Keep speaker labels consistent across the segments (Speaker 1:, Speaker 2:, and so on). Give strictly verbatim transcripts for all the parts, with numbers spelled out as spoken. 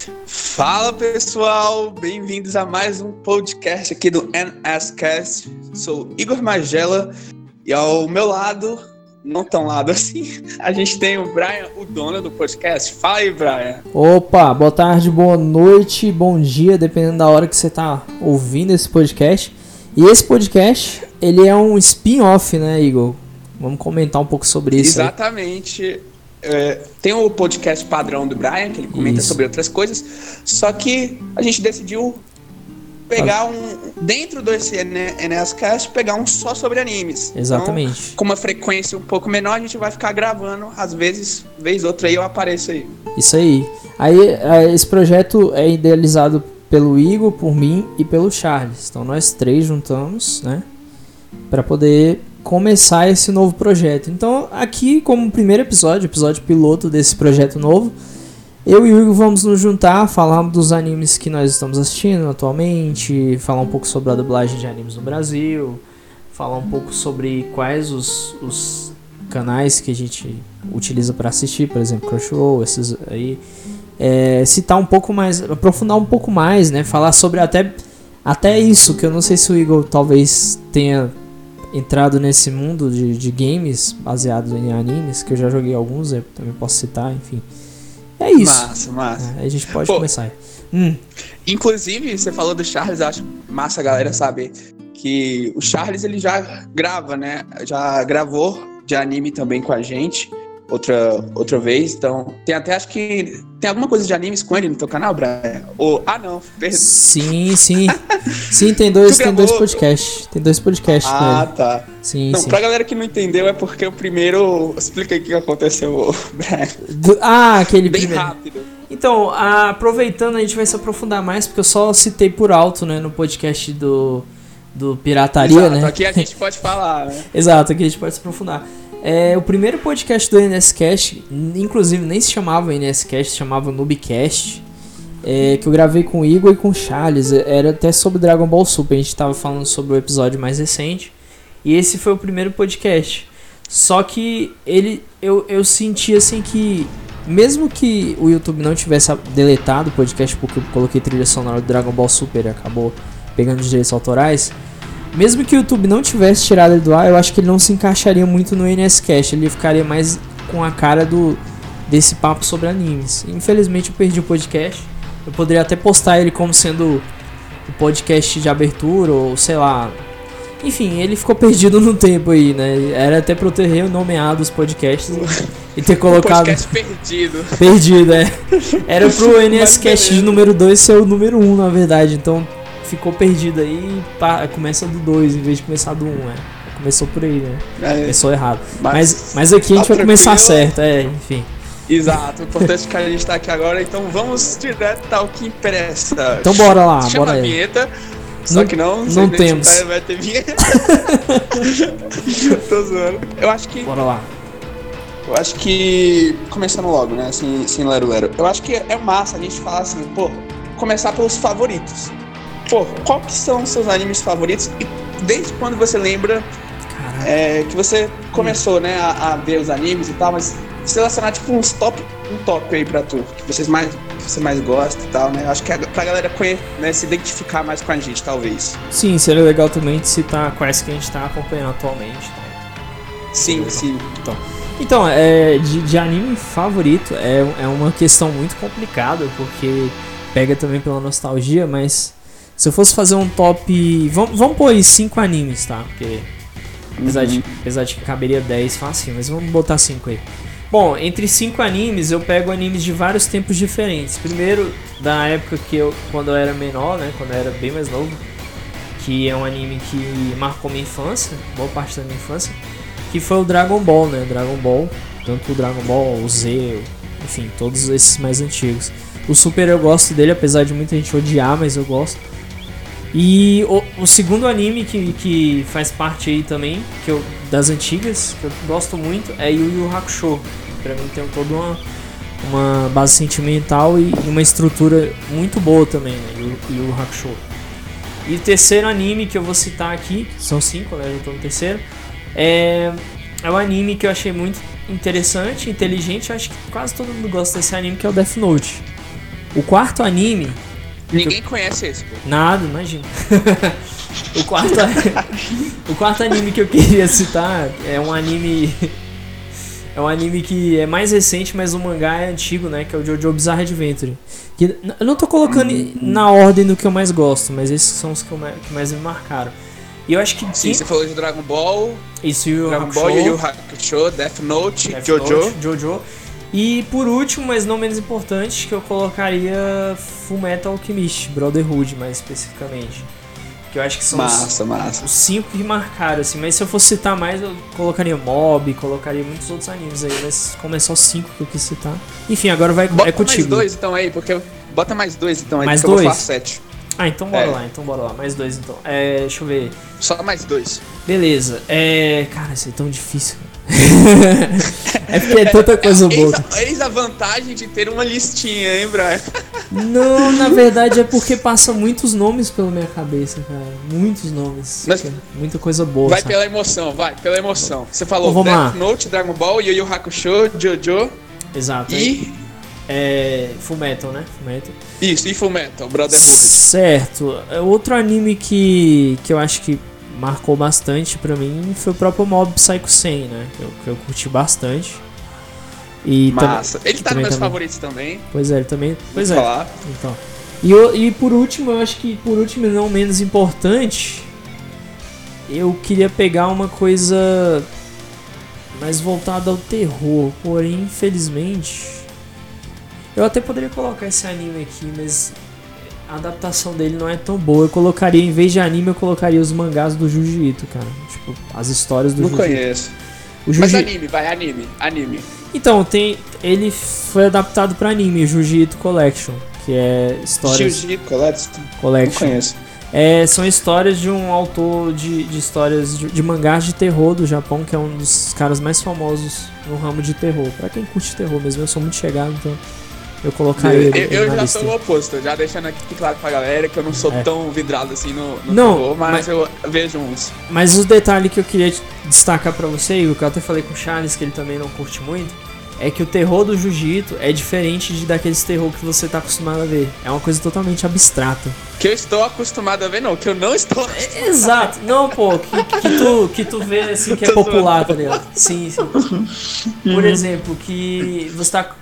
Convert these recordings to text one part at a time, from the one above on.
Speaker 1: Fala pessoal, bem-vindos a mais um podcast aqui do N S Cast. Sou Igor Magela e ao meu lado, não tão lado assim, a gente tem o Brian, o dono do podcast. Fala aí, Brian.
Speaker 2: Opa, boa tarde, boa noite, bom dia, dependendo da hora que você tá ouvindo esse podcast. E esse podcast, ele é um spin-off, né, Igor? Vamos comentar um pouco sobre isso.
Speaker 1: Exatamente. Aí. É, tem o podcast padrão do Brian, que ele comenta Isso. sobre outras coisas, só que a gente decidiu pegar um, dentro desse N S Cast, pegar um só sobre animes.
Speaker 2: Exatamente.
Speaker 1: Então, com uma frequência um pouco menor, a gente vai ficar gravando, às vezes, vez outra aí eu apareço aí.
Speaker 2: Isso aí. Aí, esse projeto é idealizado pelo Igor, por mim e pelo Charles. Então, nós três juntamos, né, para poder começar esse novo projeto. Então, aqui como primeiro episódio, episódio piloto desse projeto novo, eu e o Igor vamos nos juntar, falar dos animes que nós estamos assistindo atualmente, falar um pouco sobre a dublagem de animes no Brasil, falar um pouco sobre quais os, os canais que a gente utiliza para assistir, por exemplo, Crunchyroll, esses aí, é, citar um pouco mais, aprofundar um pouco mais, né, falar sobre até, até isso, que eu não sei se o Igor talvez tenha entrado nesse mundo de, de games baseados em animes, que eu já joguei alguns, eu também posso citar, enfim. É isso.
Speaker 1: Massa, massa.
Speaker 2: É, a gente pode
Speaker 1: Pô,
Speaker 2: começar. Hum.
Speaker 1: Inclusive, você falou do Charles, acho massa a galera saber que o Charles, ele já grava, né? Já gravou de anime também com a gente, outra, outra vez, então tem até, acho que tem alguma coisa de animes com ele no teu canal, Brian? Ou, ah não, perdão.
Speaker 2: Sim, sim. Sim, tem dois, tem dois podcasts. Tem dois podcasts
Speaker 1: ah,
Speaker 2: com ele.
Speaker 1: Ah, tá.
Speaker 2: Sim,
Speaker 1: não,
Speaker 2: sim.
Speaker 1: Pra galera que não entendeu, é porque o primeiro... Explica aí o que aconteceu, Brian.
Speaker 2: Do, ah, aquele
Speaker 1: Bem
Speaker 2: primeiro.
Speaker 1: rápido.
Speaker 2: Então, a, aproveitando, a gente vai se aprofundar mais, porque eu só citei por alto, né, no podcast do, do Pirataria,
Speaker 1: Exato,
Speaker 2: né?
Speaker 1: aqui a gente pode falar, né?
Speaker 2: Exato, aqui a gente pode se aprofundar. É, o primeiro podcast do N S Cast, inclusive nem se chamava N S Cast, se chamava Noobcast, é, que eu gravei com o Igor e com o Charles, era até sobre Dragon Ball Super, a gente estava falando sobre o episódio mais recente, e esse foi o primeiro podcast. Só que ele, eu, eu senti assim que, mesmo que o YouTube não tivesse deletado o podcast, porque eu coloquei trilha sonora do Dragon Ball Super e acabou pegando os direitos autorais, mesmo que o YouTube não tivesse tirado ele do ar, eu acho que ele não se encaixaria muito no N S Cast. Ele ficaria mais com a cara do, desse papo sobre animes. Infelizmente eu perdi o podcast. Eu poderia até postar ele como sendo o podcast de abertura, ou sei lá. Enfim, ele ficou perdido no tempo aí, né? Era até pra eu ter renomeado os podcasts e ter colocado...
Speaker 1: podcast perdido.
Speaker 2: Perdido, é. Era pro N S Cast de número dois ser o número um, na verdade. Então... ficou perdido aí e pá, começa do dois em vez de começar do um, né? Começou por aí, né? É, Começou errado. Mas, mas, mas aqui a gente vai começar certo, é, enfim.
Speaker 1: Exato, o importante é que a gente tá aqui agora, então vamos direto ao que interessa.
Speaker 2: Então bora lá,
Speaker 1: Chama
Speaker 2: bora
Speaker 1: a
Speaker 2: aí.
Speaker 1: vinheta, só
Speaker 2: não,
Speaker 1: que não,
Speaker 2: não temos.
Speaker 1: Vai, vai ter vinheta. Tô zoando. Eu acho que...
Speaker 2: Bora lá.
Speaker 1: Eu acho que... Começando logo, né? Assim, sem lero-lero. Eu acho que é massa a gente falar assim, pô, começar pelos favoritos. Pô, qual que são os seus animes favoritos e desde quando você lembra é, que você começou, né, a, a ver os animes e tal, mas selecionar tipo uns top, um top aí pra tu, que, vocês mais, que você mais gosta e tal, né? Acho que é pra galera conhecer, né, se identificar mais com a gente, talvez.
Speaker 2: Sim, seria legal também de citar quais que a gente tá acompanhando atualmente. Né?
Speaker 1: Sim, então, sim.
Speaker 2: Então, então é, de, de anime favorito é, é uma questão muito complicada, porque pega também pela nostalgia, mas... se eu fosse fazer um top... Vamos, vamos pôr aí cinco animes, tá? Porque apesar, uhum. de, apesar de que caberia dez fácil, mas vamos botar cinco aí. Bom, entre cinco animes eu pego animes de vários tempos diferentes. Primeiro, da época que eu... quando eu era menor, né? Quando eu era bem mais novo. Que é um anime que marcou minha infância, boa parte da minha infância. Que foi o Dragon Ball, né? Dragon Ball. Tanto o Dragon Ball, o Z, enfim, todos esses mais antigos. O Super eu gosto dele, apesar de muita gente odiar, mas eu gosto. E o, o segundo anime que, que faz parte aí também, que eu, das antigas, que eu gosto muito, é Yu Yu Hakusho. Pra mim tem toda uma, uma base sentimental e uma estrutura muito boa também, né? Yu Yu Hakusho. E o terceiro anime que eu vou citar aqui, são cinco, né? Eu tô no terceiro, é, é um anime que eu achei muito interessante, inteligente. Eu acho que quase todo mundo gosta desse anime, que é o Death Note. O quarto anime...
Speaker 1: Ninguém eu... conhece esse, pô.
Speaker 2: Nada, imagina. o, quarto, o quarto anime que eu queria citar é um anime... É um anime que é mais recente, mas o mangá é antigo, né? Que é o JoJo Bizarre Adventure. Que eu não tô colocando hum, na ordem do que eu mais gosto, mas esses são os que, eu mais, que mais me marcaram. E eu acho que...
Speaker 1: Sim, que... você falou de Dragon Ball...
Speaker 2: Isso, Yu
Speaker 1: Dragon Ball, Yu Yu Hakusho, Death Note,
Speaker 2: Death
Speaker 1: JoJo.
Speaker 2: Note, JoJo. E por último, mas não menos importante, que eu colocaria Fullmetal Alchemist, Brotherhood, mais especificamente. Que eu acho que são
Speaker 1: massa,
Speaker 2: os,
Speaker 1: massa.
Speaker 2: os cinco que marcaram, assim. Mas se eu fosse citar mais, eu colocaria Mob, colocaria muitos outros animes aí. Mas como é só cinco que eu quis citar. Enfim, agora vai,
Speaker 1: bota
Speaker 2: é contigo.
Speaker 1: Bota mais dois então aí, porque... Bota mais dois então aí,
Speaker 2: mais
Speaker 1: porque
Speaker 2: dois?
Speaker 1: eu vou falar sete.
Speaker 2: Ah, então bora
Speaker 1: é.
Speaker 2: lá, então bora lá. Mais dois então. É, deixa eu ver.
Speaker 1: Só mais dois.
Speaker 2: Beleza. É... Cara, isso é tão difícil, cara. É porque é tanta coisa
Speaker 1: é,
Speaker 2: boa.
Speaker 1: Eis, eis a vantagem de ter uma listinha, hein, Brian?
Speaker 2: Não, na verdade é porque passa muitos nomes pela minha cabeça, cara. Muitos nomes.
Speaker 1: Mas,
Speaker 2: muita coisa boa.
Speaker 1: Vai
Speaker 2: sabe?
Speaker 1: pela emoção, vai, pela emoção. Você falou
Speaker 2: Bom,
Speaker 1: Death
Speaker 2: lá.
Speaker 1: Note, Dragon Ball, Yu Yu Hakusho, JoJo.
Speaker 2: Exato.
Speaker 1: E...
Speaker 2: É... Fullmetal, né? Fullmetal.
Speaker 1: Isso, e Fullmetal, Brotherhood.
Speaker 2: Certo. Outro anime que, que eu acho que marcou bastante pra mim foi o próprio Mob Psycho cem, né? Que eu, que eu curti bastante. E
Speaker 1: massa. Tam- ele tá nos meus
Speaker 2: também.
Speaker 1: favoritos também.
Speaker 2: Pois é, ele também. Pois
Speaker 1: Vou
Speaker 2: é.
Speaker 1: falar.
Speaker 2: Então. E, eu, e por último, eu acho que por último e não menos importante, eu queria pegar uma coisa mais voltada ao terror. Porém, infelizmente, eu até poderia colocar esse anime aqui, mas a adaptação dele não é tão boa. Eu colocaria, em vez de anime, eu colocaria os mangás do Junji Ito, cara. Tipo, as histórias do
Speaker 1: Não
Speaker 2: Junji Ito.
Speaker 1: conheço.
Speaker 2: O Junji...
Speaker 1: Mas anime, vai, anime, anime.
Speaker 2: Então, tem, ele foi adaptado pra anime, Junji Ito Collection, que é histórias...
Speaker 1: Junji Ito Collection?
Speaker 2: Collection.
Speaker 1: Não conheço.
Speaker 2: É, são histórias de um autor de, de histórias de, de mangás de terror do Japão, que é um dos caras mais famosos no ramo de terror. Pra quem curte terror mesmo, eu sou muito chegado, então eu colocaria ele.
Speaker 1: Eu, eu
Speaker 2: na
Speaker 1: já
Speaker 2: lista.
Speaker 1: sou o oposto, já deixando aqui claro pra galera que eu não sou
Speaker 2: É.
Speaker 1: tão vidrado assim no, no
Speaker 2: Não,
Speaker 1: terror, mas,
Speaker 2: mas-
Speaker 1: eu vejo uns.
Speaker 2: Mas o detalhe que eu queria destacar pra você, e o que eu até falei com o Charles, que ele também não curte muito, é que o terror do Jiu-Jitsu é diferente de daqueles terror que você tá acostumado a ver. É uma coisa totalmente abstrata.
Speaker 1: Que eu estou acostumado a ver, não, que eu não estou.
Speaker 2: É, exato. Não, pô, que, que, tu, que tu vê assim que é
Speaker 1: Tô
Speaker 2: popular, tá ligado? Sim, sim. Por exemplo, que você tá...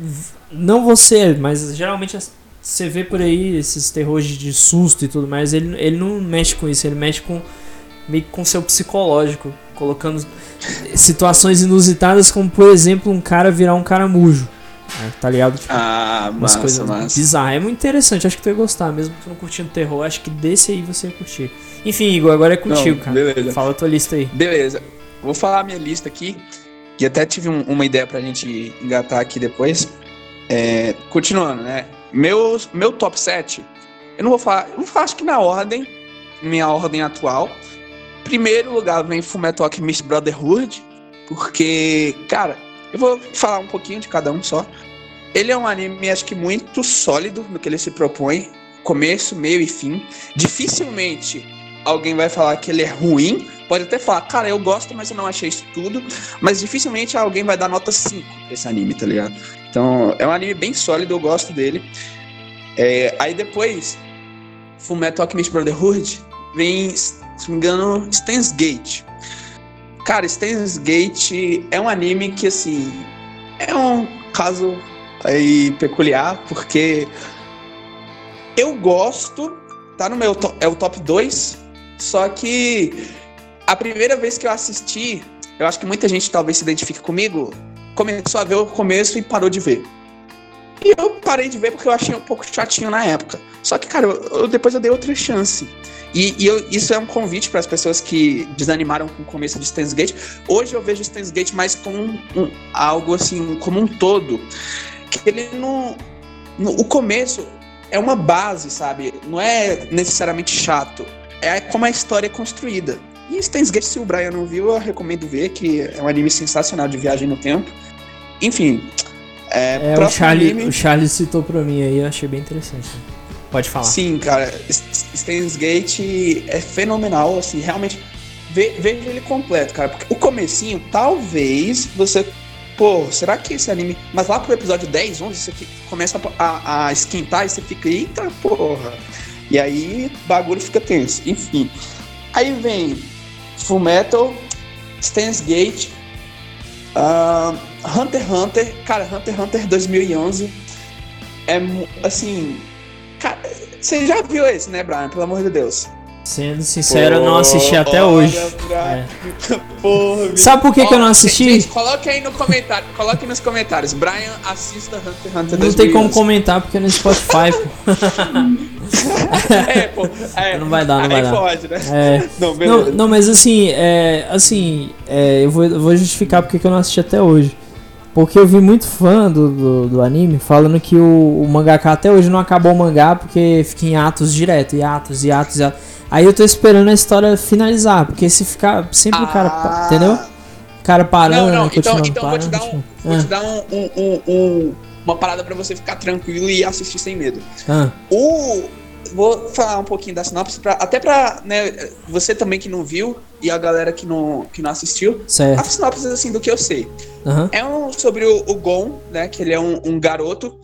Speaker 2: Não você, mas geralmente você vê por aí esses terrores de susto e tudo mais, ele, ele não mexe com isso, ele mexe com meio que com seu psicológico, colocando situações inusitadas, como por exemplo um cara virar um caramujo, né, tá ligado? Tipo,
Speaker 1: Ah,
Speaker 2: umas
Speaker 1: massa,
Speaker 2: coisas
Speaker 1: massa.
Speaker 2: bizarras. É muito interessante, acho que tu ia gostar, mesmo tu não curtindo terror, acho que desse aí você ia curtir. Enfim, Igor, agora é contigo,
Speaker 1: Não,
Speaker 2: cara.
Speaker 1: beleza.
Speaker 2: Fala a tua lista aí.
Speaker 1: Beleza, vou falar a minha lista aqui, e até tive um- uma ideia pra gente engatar aqui depois. É, continuando, né? Meu, meu top sete, eu não vou falar, eu vou falar acho que na ordem, minha ordem atual. Primeiro lugar vem Fullmetal Alchemist Brotherhood, porque, cara, eu vou falar um pouquinho de cada um só. Ele é um anime, acho que muito sólido no que ele se propõe, começo, meio e fim. Dificilmente alguém vai falar que ele é ruim, pode até falar, cara, eu gosto, mas eu não achei isso tudo, mas dificilmente alguém vai dar nota cinco pra esse anime, tá ligado? Então, é um anime bem sólido, eu gosto dele. É, aí depois, Fullmetal Alchemist Brotherhood, vem, se não me engano, Steins Gate. Cara, Steins Gate é um anime que, assim, é um caso aí peculiar, porque eu gosto, tá no meu to- é o top dois, só que a primeira vez que eu assisti, eu acho que muita gente talvez se identifique comigo, começou a ver o começo e parou de ver. E eu parei de ver porque eu achei um pouco chatinho na época. Só que, cara, eu, eu- depois eu dei outra chance. E, e eu- isso é um convite para as pessoas que desanimaram com o começo de Steins Gate. Hoje eu vejo Steins Gate mais como um, um- algo assim, como um todo. Que ele não... no- o começo é uma base, sabe? Não é necessariamente chato. É como a história é construída. E Steins Gate, se o Brian não viu, eu recomendo ver, que é um anime sensacional de viagem no tempo. Enfim, é,
Speaker 2: É, o
Speaker 1: próximo
Speaker 2: Charlie,
Speaker 1: anime...
Speaker 2: o Charlie citou pra mim aí, eu achei bem interessante. Pode falar.
Speaker 1: Sim, cara, Steins Gate é fenomenal, assim, realmente, ve- veja ele completo, cara, porque o comecinho, talvez você pô, será que esse anime... Mas lá pro episódio dez, onze, você fica, começa a, a esquentar e você fica, eita porra. E aí o bagulho fica tenso, enfim. Aí vem Fullmetal, Steins Gate, uh, Hunter x Hunter. Cara, Hunter x Hunter dois mil e onze é assim... Cara, você já viu esse, né, Brian? Pelo amor de Deus.
Speaker 2: Sendo sincero, eu não assisti até hoje. É.
Speaker 1: Porra,
Speaker 2: sabe por que, oh, que eu não assisti?
Speaker 1: Gente, coloque aí no comentário, coloque nos comentários. Brian, assista Hunter x Hunter.
Speaker 2: Não tem como comentar porque é no Spotify, pô.
Speaker 1: É, pô. É,
Speaker 2: não vai dar, não vai dar.
Speaker 1: Pode, né?
Speaker 2: É. Não, não, não, mas assim, é, assim é, eu, vou, eu vou justificar porque que eu não assisti até hoje. Porque eu vi muito fã do, do, do anime falando que o, o mangaka até hoje não acabou o mangá porque fica em atos direto, hiatos, hiatos, hiatos. Aí eu tô esperando a história finalizar, porque se ficar sempre ah. o cara, entendeu? O cara parando,
Speaker 1: não, não.
Speaker 2: continuando
Speaker 1: então, então
Speaker 2: parando.
Speaker 1: Vou te dar, um, vou ah. te dar um, um, um, uma parada pra você ficar tranquilo e assistir sem medo.
Speaker 2: Ah.
Speaker 1: O... Vou falar um pouquinho da sinopse, pra, até pra, né, você também que não viu e a galera que não, que não assistiu.
Speaker 2: Certo.
Speaker 1: A sinopse, assim, do que eu sei.
Speaker 2: Uhum.
Speaker 1: É um, sobre o, o Gon, né, que ele é um, um garoto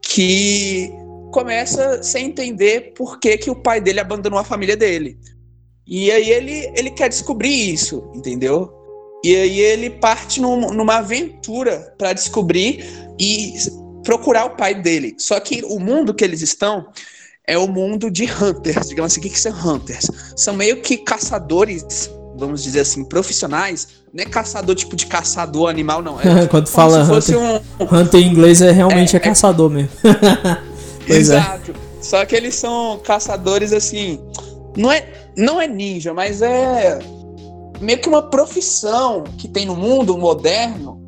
Speaker 1: que começa sem entender por que, que o pai dele abandonou a família dele. E aí ele, ele quer descobrir isso, entendeu? E aí ele parte num, numa aventura pra descobrir e procurar o pai dele. Só que o mundo que eles estão... é o mundo de hunters, digamos assim. O que, que são hunters? São meio que caçadores, vamos dizer assim, profissionais. Não é caçador tipo de caçador animal, não. É
Speaker 2: quando
Speaker 1: tipo,
Speaker 2: fala hunter,
Speaker 1: um...
Speaker 2: hunter em inglês é realmente é, é caçador
Speaker 1: é...
Speaker 2: mesmo.
Speaker 1: Exato. É. Só que eles são caçadores assim... Não é, não é ninja, mas é meio que uma profissão que tem no mundo moderno.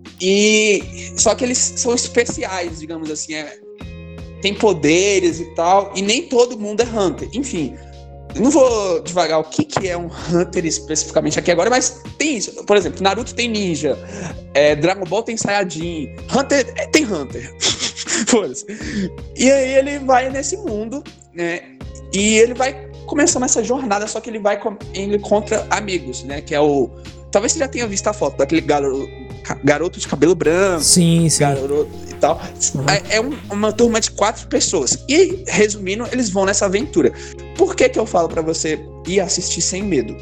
Speaker 1: E só que eles são especiais, digamos assim. É... tem poderes e tal, e nem todo mundo é Hunter. Enfim, não vou devagar o que, que é um Hunter especificamente aqui agora, mas tem isso. Por exemplo, Naruto tem ninja, é, Dragon Ball tem Saiyajin, Hunter é, tem Hunter. Foda-se. E aí ele vai nesse mundo, né, e ele vai começando essa jornada, só que ele vai ele encontra amigos, né, que é o... Talvez você já tenha visto a foto daquele garoto, garoto de cabelo branco.
Speaker 2: Sim, sim.
Speaker 1: Garoto e tal. Uhum. É, é um, uma turma de quatro pessoas. E, resumindo, eles vão nessa aventura. Por que que eu falo pra você ir assistir sem medo?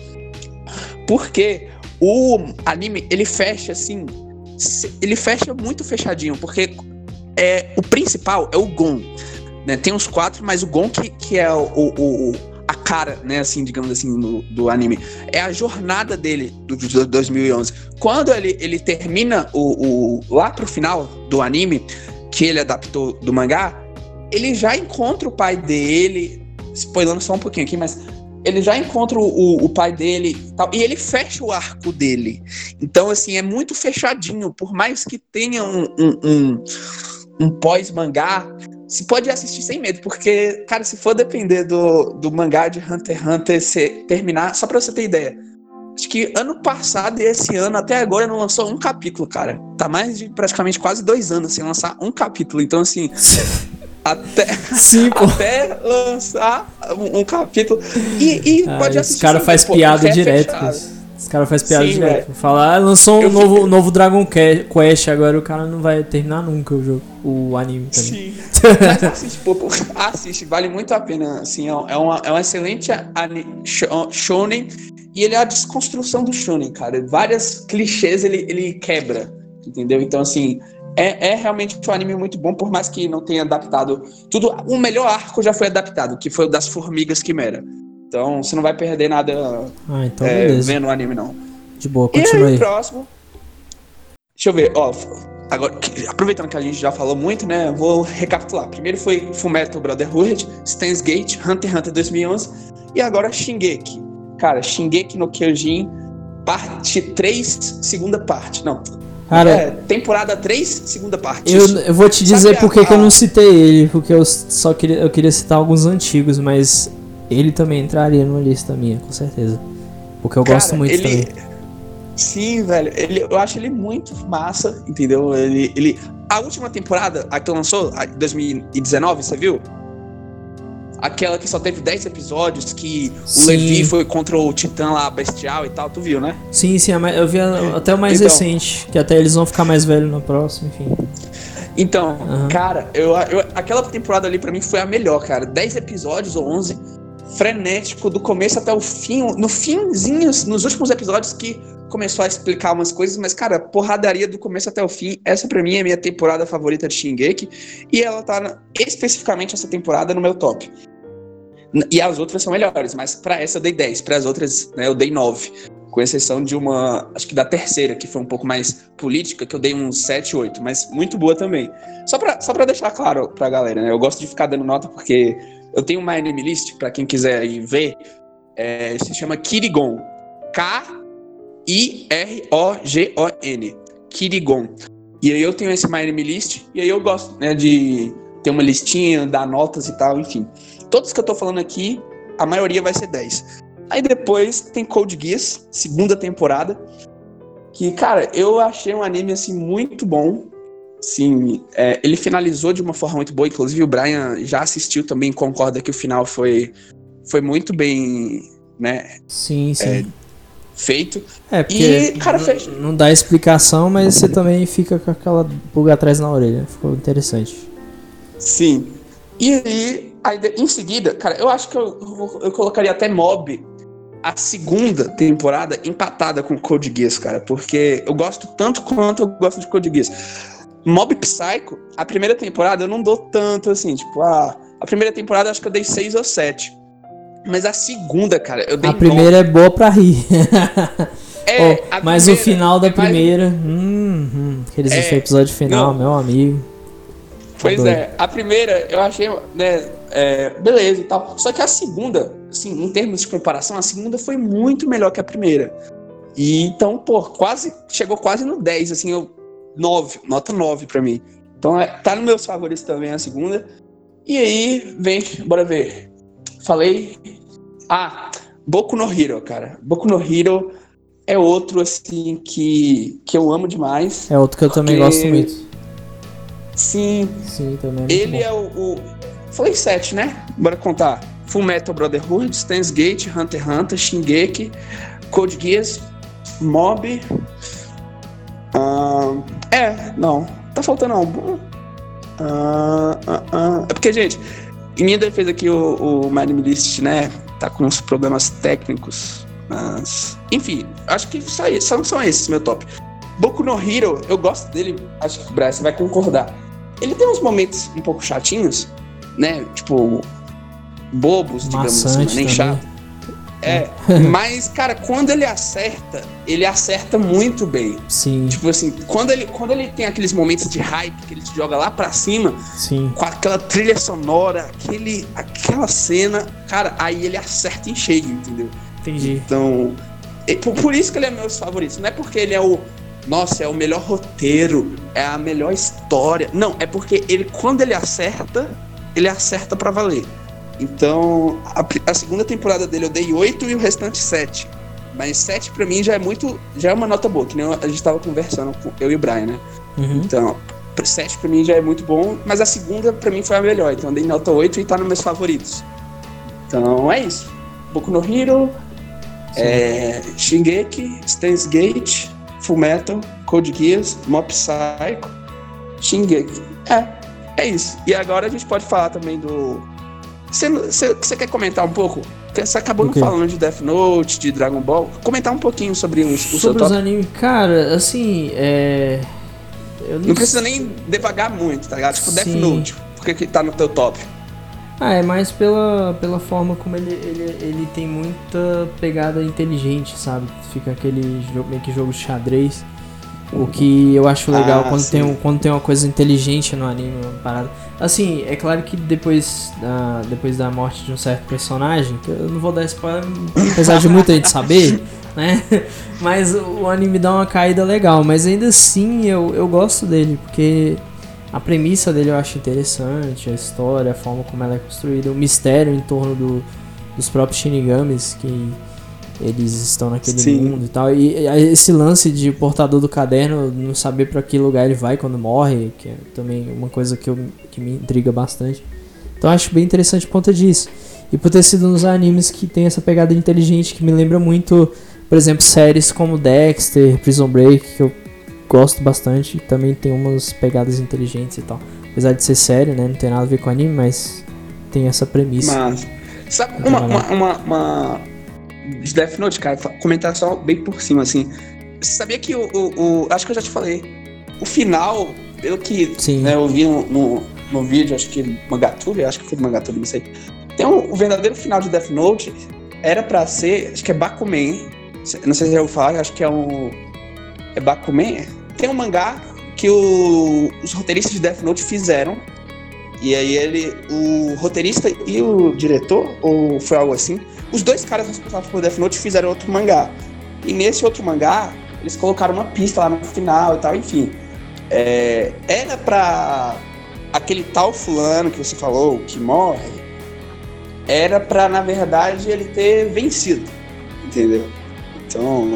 Speaker 1: Porque o anime, ele fecha assim... Ele fecha muito fechadinho. Porque é, o principal é o Gon. Né? Tem os quatro, mas o Gon que, que é o... o, o a cara, né, assim, digamos assim, no, do anime. É a jornada dele do, do dois mil e onze. Quando ele, ele termina o, o, lá pro final do anime, que ele adaptou do mangá, ele já encontra o pai dele, spoilando só um pouquinho aqui, mas ele já encontra o, o pai dele e tal, e ele fecha o arco dele. Então, assim, é muito fechadinho, por mais que tenha um, um, um, um pós-mangá, você pode assistir sem medo, porque, cara, se for depender do, do mangá de Hunter x Hunter você terminar, só pra você ter ideia, acho que ano passado e esse ano, até agora, não lançou um capítulo, cara. Tá mais de praticamente quase dois anos sem lançar um capítulo. Então, assim, até,
Speaker 2: Sim,
Speaker 1: até lançar um, um capítulo. E, e
Speaker 2: ah,
Speaker 1: pode assistir.
Speaker 2: Os caras fazem piada
Speaker 1: é
Speaker 2: direto. Os caras fazem piada
Speaker 1: Sim,
Speaker 2: direto.
Speaker 1: Véio.
Speaker 2: Falar, ah, lançou um
Speaker 1: eu
Speaker 2: novo,
Speaker 1: fico...
Speaker 2: novo Dragon Quest, agora o cara não vai terminar nunca o jogo, o anime também.
Speaker 1: Sim. Mas assiste, pô, pô, assiste, vale muito a pena. Assim, é, uma, é um excelente shonen. E ele é a desconstrução do shonen, cara. Várias clichês ele, ele quebra, entendeu? Então, assim, é, é realmente um anime muito bom, por mais que não tenha adaptado tudo. O melhor arco já foi adaptado, que foi o das Formigas Quimera. Então, você não vai perder nada
Speaker 2: ah, então
Speaker 1: é,
Speaker 2: beleza.
Speaker 1: vendo o anime, não.
Speaker 2: De boa, continua aí.
Speaker 1: E aí, próximo. Deixa eu ver, ó. Agora, aproveitando que a gente já falou muito, né? Vou recapitular. Primeiro foi Fullmetal Brotherhood, Steins Gate, Hunter x Hunter dois mil e onze. E agora Shingeki. Cara, Shingeki no Kyojin, parte três, segunda parte. Não.
Speaker 2: Cara,
Speaker 1: é, temporada três, segunda parte.
Speaker 2: Eu, eu vou te dizer por que
Speaker 1: a...
Speaker 2: eu não citei ele, porque eu só queria, eu queria citar alguns antigos, mas ele também entraria numa lista minha, com certeza. Porque eu
Speaker 1: Cara,
Speaker 2: gosto muito
Speaker 1: ele...
Speaker 2: também.
Speaker 1: Sim, velho. Ele, eu acho ele muito massa, entendeu? Ele, ele... A última temporada, a que lançou, a dois mil e dezenove, você viu? Aquela que só teve dez episódios, que
Speaker 2: Sim.
Speaker 1: o Levi foi contra o Titã lá, bestial e tal, tu viu, né?
Speaker 2: Sim, sim, eu vi até o mais
Speaker 1: então,
Speaker 2: recente, que até eles vão ficar mais velhos no próximo, enfim.
Speaker 1: Então,
Speaker 2: uhum.
Speaker 1: cara, eu, eu, aquela temporada ali pra mim foi a melhor, cara. dez episódios ou onze, frenético, do começo até o fim. No finzinho, nos últimos episódios que começou a explicar umas coisas, mas, cara, porradaria do começo até o fim. Essa pra mim é a minha temporada favorita de Shingeki, e ela tá, especificamente essa temporada, no meu top. E as outras são melhores, mas pra essa eu dei dez, para as outras, né, eu dei nove. Com exceção de uma, acho que da terceira, que foi um pouco mais política, que eu dei uns sete, oito, mas muito boa também. Só pra, só pra deixar claro pra galera, né, eu gosto de ficar dando nota porque eu tenho uma anime list, pra quem quiser ir ver, é, se chama Kirigon. K I R O G O N. Kirigon. E aí eu tenho esse My Anime List, e aí eu gosto, né, de ter uma listinha, dar notas e tal, enfim. Todos que eu tô falando aqui, a maioria vai ser dez. Aí depois tem Code Geass, segunda temporada, que, cara, eu achei um anime, assim, muito bom. Sim, é, ele finalizou de uma forma muito boa, inclusive o Brian já assistiu também, concorda que o final foi, foi muito bem, né?
Speaker 2: Sim, sim.
Speaker 1: É, feito.
Speaker 2: É, porque
Speaker 1: e, cara,
Speaker 2: não,
Speaker 1: fez...
Speaker 2: não dá explicação, mas você também fica com aquela pulga atrás na orelha. Ficou interessante.
Speaker 1: Sim. E aí, aí, em seguida, cara, eu acho que eu, eu, eu colocaria até Mob, a segunda temporada, empatada com Code Geass, cara, porque eu gosto tanto quanto eu gosto de Code Geass. Mob Psycho, a primeira temporada eu não dou tanto assim, tipo, a, a primeira temporada acho que eu dei seis ou sete. Mas a segunda, cara, eu dei
Speaker 2: A primeira nove. É boa pra rir.
Speaker 1: É,
Speaker 2: oh, mas o final da é primeira, mais... hum, hum, aqueles é, episódio final, não. Meu amigo.
Speaker 1: Pois Adoro. é, a primeira eu achei, né, é, beleza e tal. Só que a segunda, assim, em termos de comparação, a segunda foi muito melhor que a primeira. E então, pô, quase, chegou quase no dez, assim, eu, nove, nota nove pra mim. Então, é, tá nos meus favoritos também a segunda. E aí, vem, bora ver. Falei. Ah, Boku no Hero, cara. Boku no Hero é outro, assim, que, que eu amo demais.
Speaker 2: É outro que eu também gosto muito.
Speaker 1: Sim.
Speaker 2: Sim, também.
Speaker 1: É ele bom. é o, o. Falei sete, né? Bora contar. Full Metal Brotherhood, Steins Gate, Hunter x Hunter, Shingeki, Code Geass, Mob. Uh, é, não. Tá faltando algum. Uh, uh, uh. É porque, gente, em minha defesa aqui, o, o My Anime List, né? Tá com uns problemas técnicos. Mas. Enfim, acho que só, só são esses, meu top. Boku no Hero, eu gosto dele, acho que o Bryce você vai concordar. Ele tem uns momentos um pouco chatinhos, né? Tipo, bobos, digamos assim, nem chato. É, mas, cara, quando ele acerta, ele acerta muito bem.
Speaker 2: Sim.
Speaker 1: Tipo assim, quando ele, quando ele tem aqueles momentos de hype que ele te joga lá pra cima,
Speaker 2: Sim.
Speaker 1: com aquela trilha sonora, aquele, aquela cena, cara, aí ele acerta em cheio, entendeu?
Speaker 2: Entendi.
Speaker 1: Então, por, por isso que ele é meu favorito. Não é porque ele é o nossa, é o melhor roteiro, é a melhor história. Não, é porque ele, quando ele acerta, ele acerta pra valer. Então, a, a segunda temporada dele eu dei oito e o restante sete. Mas sete pra mim já é muito, já é uma nota boa, que nem a gente tava conversando com eu e o Brian, né?
Speaker 2: Uhum.
Speaker 1: Então, sete pra mim já é muito bom, mas a segunda pra mim foi a melhor. Então eu dei nota oito e tá nos meus favoritos. Então é isso. Boku no Hero, é, Shingeki, Steins Gate, Fullmetal, Code Geass, Mob Psycho, Shingeki. É, é isso. E agora a gente pode falar também do... Você quer comentar um pouco? Porque você acabou não falando de Death Note, de Dragon Ball. Comentar um pouquinho sobre os, o
Speaker 2: sobre
Speaker 1: seu
Speaker 2: os animes. Cara, assim, é...
Speaker 1: Eu não, não precisa nem devagar muito, tá ligado? Tipo, Sim. Death Note, porque que tá no teu top?
Speaker 2: Ah, é mais pela, pela forma como ele, ele, ele tem muita pegada inteligente, sabe? Fica aquele jogo, meio que jogo de xadrez. O que eu acho legal ah, quando, tem um, quando tem uma coisa inteligente no anime, uma parada. Assim, é claro que depois da, depois da morte de um certo personagem, que eu não vou dar spoiler, apesar de muita gente saber, né? Mas o anime dá uma caída legal, mas ainda assim eu, eu gosto dele, porque a premissa dele eu acho interessante, a história, a forma como ela é construída, o mistério em torno do, dos próprios Shinigamis, que eles estão naquele Sim. mundo e tal. E esse lance de portador do caderno, não saber pra que lugar ele vai quando morre, que é também uma coisa que, eu, que me intriga bastante. Então eu acho bem interessante por conta disso. E por ter sido uns animes que tem essa pegada inteligente, que me lembra muito, por exemplo, séries como Dexter, Prison Break, que eu gosto bastante. Também tem umas pegadas inteligentes e tal. Apesar de ser série, né? Não tem nada a ver com anime, mas tem essa premissa.
Speaker 1: Mas, sabe, uma, uma, uma, uma... de Death Note, cara, comentar só bem por cima, assim. Você sabia que o, o, o... acho que eu já te falei. O final, pelo que né, eu vi no, no, no vídeo, acho que Mangatube, acho que foi do Mangatube, não sei. Tem um, o verdadeiro final de Death Note era pra ser, acho que é Bakuman. Não sei se já ouviu falar, acho que é um... É Bakuman? Tem um mangá que o, os roteiristas de Death Note fizeram. E aí ele, o roteirista e o diretor, ou foi algo assim, os dois caras responsáveis por Death Note fizeram outro mangá. E nesse outro mangá, eles colocaram uma pista lá no final e tal, enfim. É, era pra aquele tal fulano que você falou, que morre, era pra, na verdade, ele ter vencido, entendeu? Então...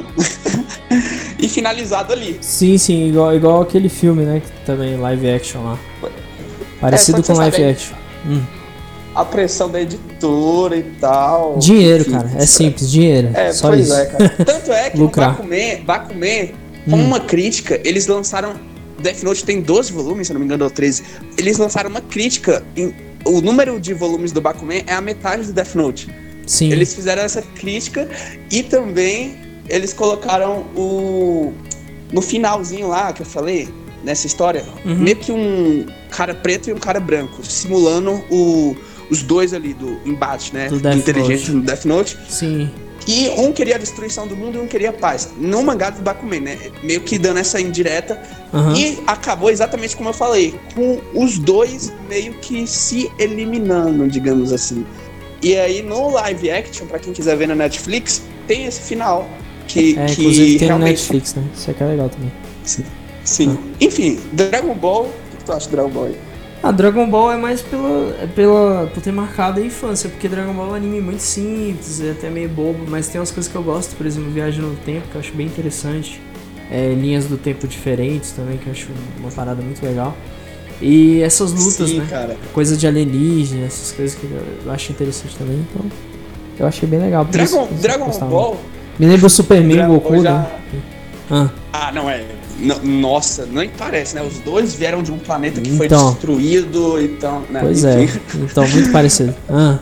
Speaker 1: e finalizado ali.
Speaker 2: Sim, sim, igual, igual aquele filme, né, que também live action lá. Parecido é, com live sabe, action. Hum.
Speaker 1: A pressão da editora e tal.
Speaker 2: Dinheiro, enfim, cara. É simples, dinheiro.
Speaker 1: É,
Speaker 2: só
Speaker 1: pois
Speaker 2: isso.
Speaker 1: É, cara. Tanto é que o Bakuman, Bakuman como hum. uma crítica, eles lançaram... Death Note tem doze volumes, se não me engano, ou treze. Eles lançaram uma crítica. Em, o número de volumes do Bakuman é a metade do Death Note.
Speaker 2: Sim.
Speaker 1: Eles fizeram essa crítica e também eles colocaram o... No finalzinho lá que eu falei... Nessa história, uhum. meio que um cara preto e um cara branco, simulando o, os dois ali do embate, né?
Speaker 2: Do Death
Speaker 1: inteligente
Speaker 2: Note.
Speaker 1: no Death Note.
Speaker 2: Sim.
Speaker 1: E um queria a destruição do mundo e um queria a paz. No mangá do Bakuman, né? Meio que dando essa indireta. Uhum. E acabou exatamente como eu falei, com os dois meio que se eliminando, digamos assim. E aí no live action, pra quem quiser ver na Netflix, tem esse final. Que,
Speaker 2: é,
Speaker 1: que
Speaker 2: inclusive tem
Speaker 1: realmente...
Speaker 2: no Netflix, né? Isso aqui é legal também.
Speaker 1: Sim. Sim. Ah. Enfim, Dragon Ball, o que tu acha de Dragon Ball aí?
Speaker 2: Ah, Dragon Ball é mais pela, é pela, por ter marcado a infância, porque Dragon Ball é um anime muito simples, é até meio bobo, mas tem umas coisas que eu gosto, por exemplo, Viagem no Tempo, que eu acho bem interessante, é, linhas do tempo diferentes também, que eu acho uma parada muito legal. E essas lutas,
Speaker 1: Sim,
Speaker 2: né?
Speaker 1: Cara.
Speaker 2: Coisa de alienígena, essas coisas que eu acho interessante também, então eu achei bem legal.
Speaker 1: Dragon,
Speaker 2: isso,
Speaker 1: Dragon Ball?
Speaker 2: Me lembra o Superman e Goku,
Speaker 1: já...
Speaker 2: né? Ah.
Speaker 1: ah, não é. N- nossa, nem parece, né? Os dois vieram de um planeta que
Speaker 2: então,
Speaker 1: foi destruído, então... Né?
Speaker 2: Pois
Speaker 1: Enfim.
Speaker 2: é, então muito parecido. Ah.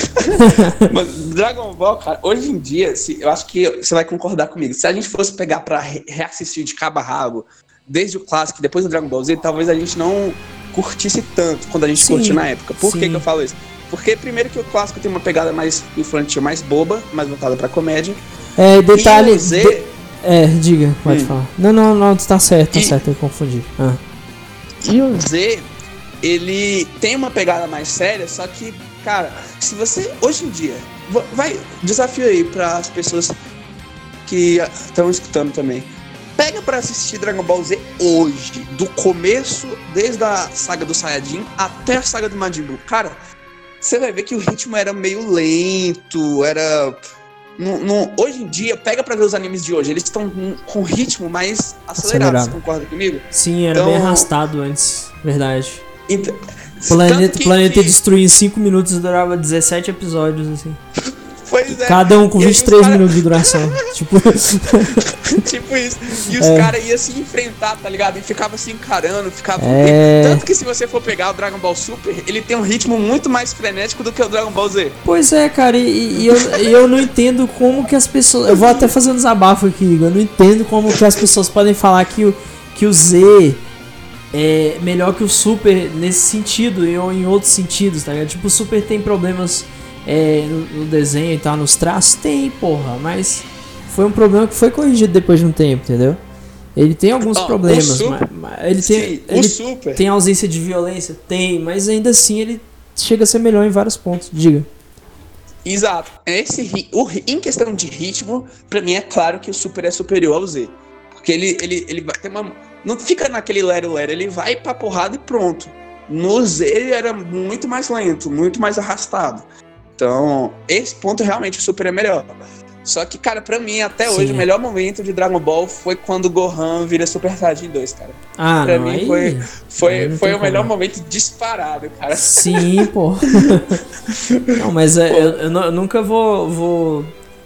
Speaker 1: Mas Dragon Ball, cara, hoje em dia, se, eu acho que você vai concordar comigo. Se a gente fosse pegar pra re- reassistir de cabo a rabo, desde o clássico, depois do Dragon Ball Z, talvez a gente não curtisse tanto quando a gente
Speaker 2: sim,
Speaker 1: curtiu na época. Por
Speaker 2: sim.
Speaker 1: que que eu falo isso? Porque primeiro que o clássico tem uma pegada mais infantil, mais boba, mais voltada pra comédia.
Speaker 2: É, detalhe...
Speaker 1: E o Z...
Speaker 2: De... É, diga, pode
Speaker 1: hum.
Speaker 2: falar. Não, não, não, tá certo, tá
Speaker 1: e...
Speaker 2: certo, eu confundi. Ah.
Speaker 1: E o Z, ele tem uma pegada mais séria, só que, cara, se você, hoje em dia, vai, desafio aí para as pessoas que estão escutando também, pega pra assistir Dragon Ball Z hoje, do começo, desde a saga do Saiyajin até a saga do Majin Buu. Cara, você vai ver que o ritmo era meio lento, era... No, no, hoje em dia, pega pra ver os animes de hoje, eles estão com ritmo mais acelerado, acelerado. Você concorda comigo?
Speaker 2: Sim, era então, bem arrastado antes, verdade.
Speaker 1: Então,
Speaker 2: Planeta, que, Planeta que... destruir em cinco minutos durava dezessete episódios, assim.
Speaker 1: Pois é.
Speaker 2: Cada um com vinte e três cara... minutos de duração. tipo...
Speaker 1: tipo isso. E os é. caras iam se enfrentar, tá ligado? E ficava se encarando, ficava.
Speaker 2: É...
Speaker 1: Tanto que se você for pegar o Dragon Ball Super, ele tem um ritmo muito mais frenético do que o Dragon Ball Z.
Speaker 2: Pois é, cara, e, e eu, eu não entendo como que as pessoas. Eu vou até fazer um desabafo aqui, Igor. Eu não entendo como que as pessoas podem falar que o, que o Z é melhor que o Super nesse sentido ou em outros sentidos, tá ligado? Tipo, o Super tem problemas. É, no, no desenho e tal, nos traços, tem, porra, mas foi um problema que foi corrigido depois de um tempo, entendeu? Ele tem alguns oh, problemas,
Speaker 1: super,
Speaker 2: mas, mas ele,
Speaker 1: sim,
Speaker 2: tem, ele
Speaker 1: super.
Speaker 2: tem ausência de violência, tem, mas ainda assim ele chega a ser melhor em vários pontos, diga.
Speaker 1: Exato, esse, o, em questão de ritmo, pra mim é claro que o Super é superior ao Z, porque ele, ele, ele vai ter uma, não fica naquele lero-lero, ele vai pra porrada e pronto. No Z ele era muito mais lento, muito mais arrastado. Então, esse ponto realmente o Super é melhor. Só que, cara, pra mim, até
Speaker 2: Sim.
Speaker 1: hoje, o melhor momento de Dragon Ball foi quando o Gohan vira Super Saiyajin dois, cara.
Speaker 2: Ah,
Speaker 1: pra
Speaker 2: não,
Speaker 1: mim
Speaker 2: aí,
Speaker 1: foi, foi,
Speaker 2: aí não
Speaker 1: foi
Speaker 2: tem
Speaker 1: o melhor
Speaker 2: como.
Speaker 1: momento disparado, cara.
Speaker 2: Sim, pô. Não, mas é, eu, eu, nu- eu nunca vou, vou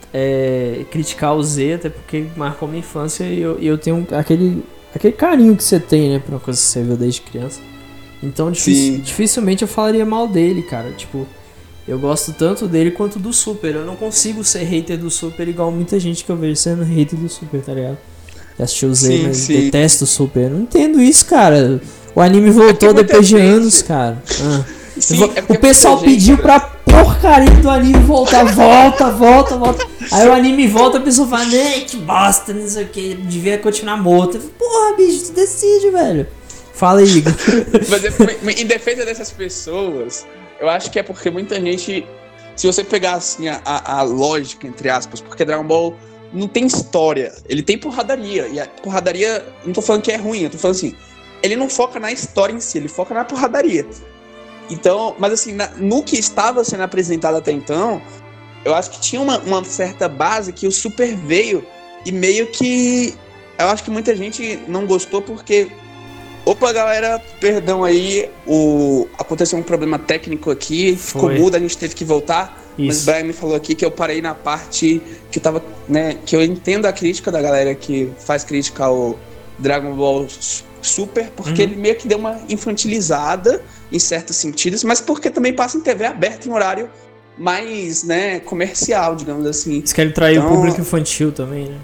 Speaker 2: é, criticar o Z, até porque marcou minha infância e eu, e eu tenho aquele, aquele carinho que você tem, né, pra uma coisa que você viu desde criança. Então dific-
Speaker 1: Sim.
Speaker 2: dificilmente eu falaria mal dele, cara. Tipo, eu gosto tanto dele quanto do Super. Eu não consigo ser hater do Super igual muita gente que eu vejo sendo hater do Super, tá ligado? Já assistiu o Z,
Speaker 1: Sim,
Speaker 2: mas
Speaker 1: sim.
Speaker 2: detesto o Super. Eu não entendo isso, cara. O anime voltou
Speaker 1: muita
Speaker 2: depois de
Speaker 1: gente-
Speaker 2: anos, cara. Ah.
Speaker 1: Sim,
Speaker 2: Eu vou-
Speaker 1: é porque
Speaker 2: o pessoal
Speaker 1: muita gente,
Speaker 2: pediu
Speaker 1: cara,
Speaker 2: pra porcaria do anime voltar, volta, volta, volta. Aí o anime volta, a pessoa fala, né, que bosta, não sei o que, devia continuar morto. Eu falo, porra, bicho, tu decide, velho. Fala aí, Igor.
Speaker 1: Mas é- em defesa dessas pessoas, eu acho que é porque muita gente. Se você pegar assim a, a, a lógica, entre aspas, porque Dragon Ball não tem história, ele tem porradaria. E a porradaria, não tô falando que é ruim, eu tô falando assim, ele não foca na história em si, ele foca na porradaria. Então, mas assim, na- no que estava sendo apresentado até então, eu acho que tinha uma, uma certa base que o Super veio e meio que. Eu acho que muita gente não gostou porque. Opa, galera, perdão aí, o... aconteceu um problema técnico aqui, ficou
Speaker 2: Foi.
Speaker 1: mudo, a gente teve que voltar. Mas o
Speaker 2: Isso.
Speaker 1: Brian me falou aqui que eu parei na parte que eu tava, né, que eu entendo a crítica da galera que faz crítica ao Dragon Ball Super, porque
Speaker 2: Uhum.
Speaker 1: ele meio que deu uma infantilizada em certos sentidos, mas porque também passa em T V aberta em horário mais, né, comercial, digamos assim.
Speaker 2: Eles querem trair
Speaker 1: Então-
Speaker 2: o público infantil também, né?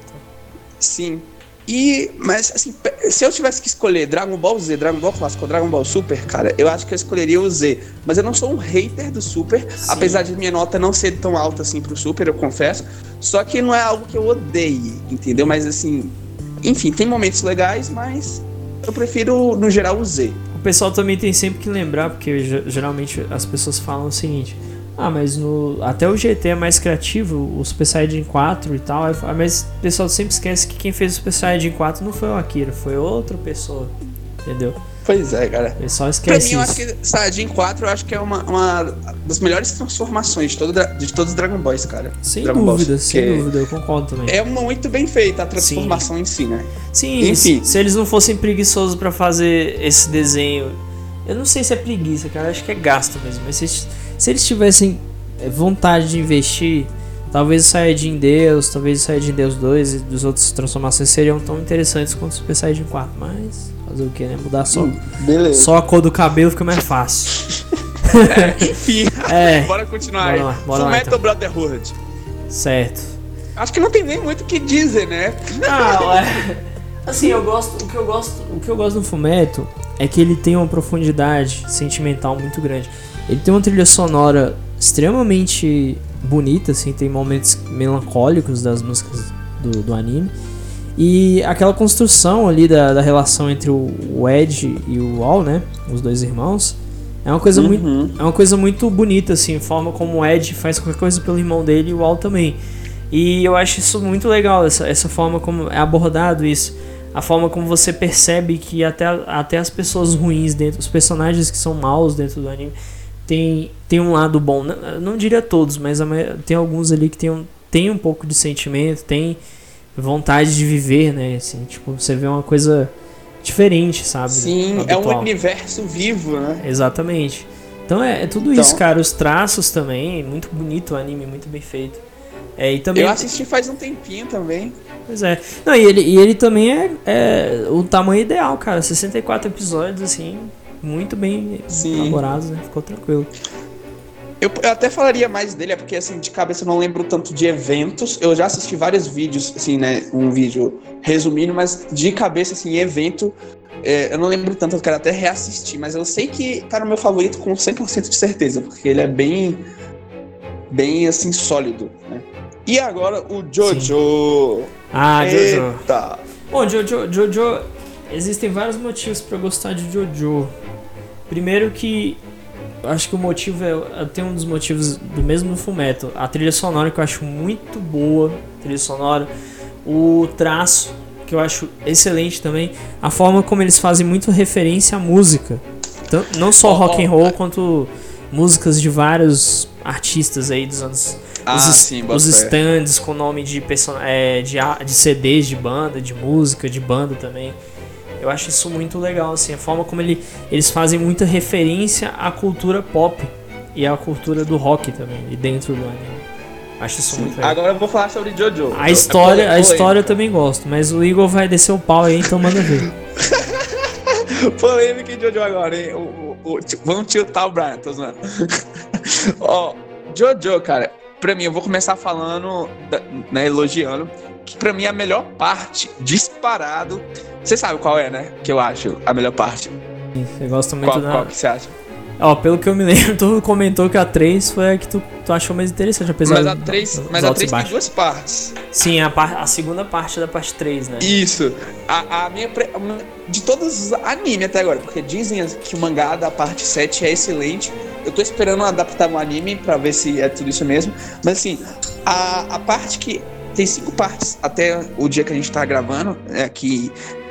Speaker 1: Sim. E, mas assim, pe- se eu tivesse que escolher Dragon Ball Z, Dragon Ball Clássico ou Dragon Ball Super, cara, eu acho que eu escolheria o Z. Mas eu não sou um hater do Super,
Speaker 2: Sim.
Speaker 1: apesar de minha nota não ser tão alta assim pro Super, eu confesso. Só que não é algo que eu odeie, entendeu? Mas assim, enfim, tem momentos legais, mas eu prefiro, no geral, o Z.
Speaker 2: O pessoal também tem sempre que lembrar, porque ge- geralmente as pessoas falam o seguinte: ah, mas no, até o G T é mais criativo, o Super Saiyajin quatro e tal. Aí fala, mas o pessoal sempre esquece que quem fez o Super Saiyajin quatro não foi o Akira, foi outra pessoa, entendeu?
Speaker 1: Pois é, cara.
Speaker 2: O pessoal
Speaker 1: Pra
Speaker 2: esquece
Speaker 1: mim, eu
Speaker 2: isso.
Speaker 1: acho que Saiyajin quatro eu acho que é uma, uma das melhores transformações de, todo, dra- de todos os Dragon Balls, cara.
Speaker 2: Sem
Speaker 1: Dragon Balls,
Speaker 2: dúvida, sem
Speaker 1: porque
Speaker 2: dúvida, eu concordo também.
Speaker 1: É muito bem feita a transformação em si, né?
Speaker 2: Sim,
Speaker 1: enfim.
Speaker 2: se, se eles não fossem preguiçosos pra fazer esse desenho, eu não sei se é preguiça, cara, acho que é gasto mesmo. Mas se, se eles tivessem é, vontade de investir, talvez o Saiyajin Deus, talvez o Saiyajin Deus dois e dos outros transformações seriam tão interessantes quanto o Super Saiyajin quatro. Mas fazer o que, né? Mudar só,
Speaker 1: Hum, beleza.
Speaker 2: só a cor do cabelo fica mais fácil.
Speaker 1: É, enfim,
Speaker 2: É.
Speaker 1: bora continuar
Speaker 2: Bora
Speaker 1: aí.
Speaker 2: lá, bora lá,
Speaker 1: Fullmetal
Speaker 2: então.
Speaker 1: Brotherhood.
Speaker 2: Certo.
Speaker 1: Acho que não tem nem muito o que dizer, né?
Speaker 2: Ah, é. Assim, eu gosto, o que eu gosto, o que eu gosto do Fullmetal é que ele tem uma profundidade sentimental muito grande. Ele tem uma trilha sonora extremamente bonita, assim, tem momentos melancólicos das músicas do, do anime. E aquela construção ali da, da relação entre o, o Ed e o All, né, os dois irmãos, é uma coisa
Speaker 1: Uhum.
Speaker 2: muito, é uma coisa muito bonita, assim, a forma como o Ed faz qualquer coisa pelo irmão dele e o All também. E eu acho isso muito legal, essa, essa forma como é abordado isso. A forma como você percebe que até, até as pessoas ruins dentro, os personagens que são maus dentro do anime, tem, tem um lado bom. Não, não diria todos, mas a, maioria- tem alguns ali que tem um, tem um pouco de sentimento, tem vontade de viver, né? Assim, tipo, você vê uma coisa diferente, sabe?
Speaker 1: Sim,
Speaker 2: do
Speaker 1: é um
Speaker 2: habitual.
Speaker 1: universo vivo, né?
Speaker 2: Exatamente. Então é, é tudo
Speaker 1: Então-
Speaker 2: isso, cara. Os traços também, muito bonito o anime, muito bem feito. É, e também
Speaker 1: Eu assisti faz um tempinho também.
Speaker 2: Pois é. Não, e ele, e ele também é, é o tamanho ideal, cara. sessenta e quatro episódios, assim, muito bem
Speaker 1: Sim.
Speaker 2: elaborados, né? Ficou tranquilo.
Speaker 1: Eu, eu até falaria mais dele, é porque assim, de cabeça eu não lembro tanto de eventos. Eu já assisti vários vídeos, assim, né? Um vídeo resumindo, mas de cabeça, assim, evento, é, eu não lembro tanto, eu quero até reassistir. Mas eu sei que tá no meu favorito com cem por cento de certeza, porque ele é bem, bem assim, sólido, né? E agora o Jojo.
Speaker 2: Ah, Jojo.
Speaker 1: Eita.
Speaker 2: Bom, Jojo, Jojo, existem vários motivos pra eu gostar de Jojo. Primeiro que eu acho que o motivo é, tem um dos motivos do mesmo do Fullmetal, a trilha sonora que eu acho muito boa, trilha sonora, o traço que eu acho excelente também, a forma como eles fazem muito referência à música, Tanto- não só
Speaker 1: Oh,
Speaker 2: rock
Speaker 1: oh,
Speaker 2: and roll
Speaker 1: ah.
Speaker 2: quanto músicas de vários artistas aí dos anos
Speaker 1: Ah,
Speaker 2: os,
Speaker 1: sim,
Speaker 2: os
Speaker 1: bota fé.
Speaker 2: stands com nome de, person... é, de, a- de C Ds de banda, de música, de banda também. Eu acho isso muito legal, assim, a forma como ele, eles fazem muita referência à cultura pop e à cultura do rock também, e dentro do anime. Acho isso
Speaker 1: Sim.
Speaker 2: muito legal.
Speaker 1: Agora eu vou falar sobre Jojo.
Speaker 2: A história,
Speaker 1: É
Speaker 2: a história eu também gosto, mas o Igor vai descer o pau aí, então manda ver.
Speaker 1: Polêmica em Jojo agora, hein? O, o, o, tipo, vamos tiltar o Brian, tô zoando. Ó, Jojo, cara, pra mim, eu vou começar falando, da- né, elogiando, que pra mim a melhor parte, disparado, você sabe qual é, né? Que eu acho a melhor parte.
Speaker 2: Você gosta muito
Speaker 1: Qual,
Speaker 2: da...
Speaker 1: qual que você acha?
Speaker 2: Ó, pelo que eu me lembro, tu comentou que a três foi a que tu, tu achou mais interessante, apesar
Speaker 1: Mas a
Speaker 2: do-
Speaker 1: três,
Speaker 2: dos
Speaker 1: mas a
Speaker 2: altos e
Speaker 1: três tem
Speaker 2: baixos.
Speaker 1: duas partes.
Speaker 2: Sim, a, par- a segunda parte da parte três, né?
Speaker 1: Isso. A, a minha. pre- De todos os animes até agora, porque dizem que o mangá da parte sete é excelente. Eu tô esperando adaptar um anime pra ver se é tudo isso mesmo. Mas assim, a, a parte que. Tem cinco partes até o dia que a gente tá gravando, é que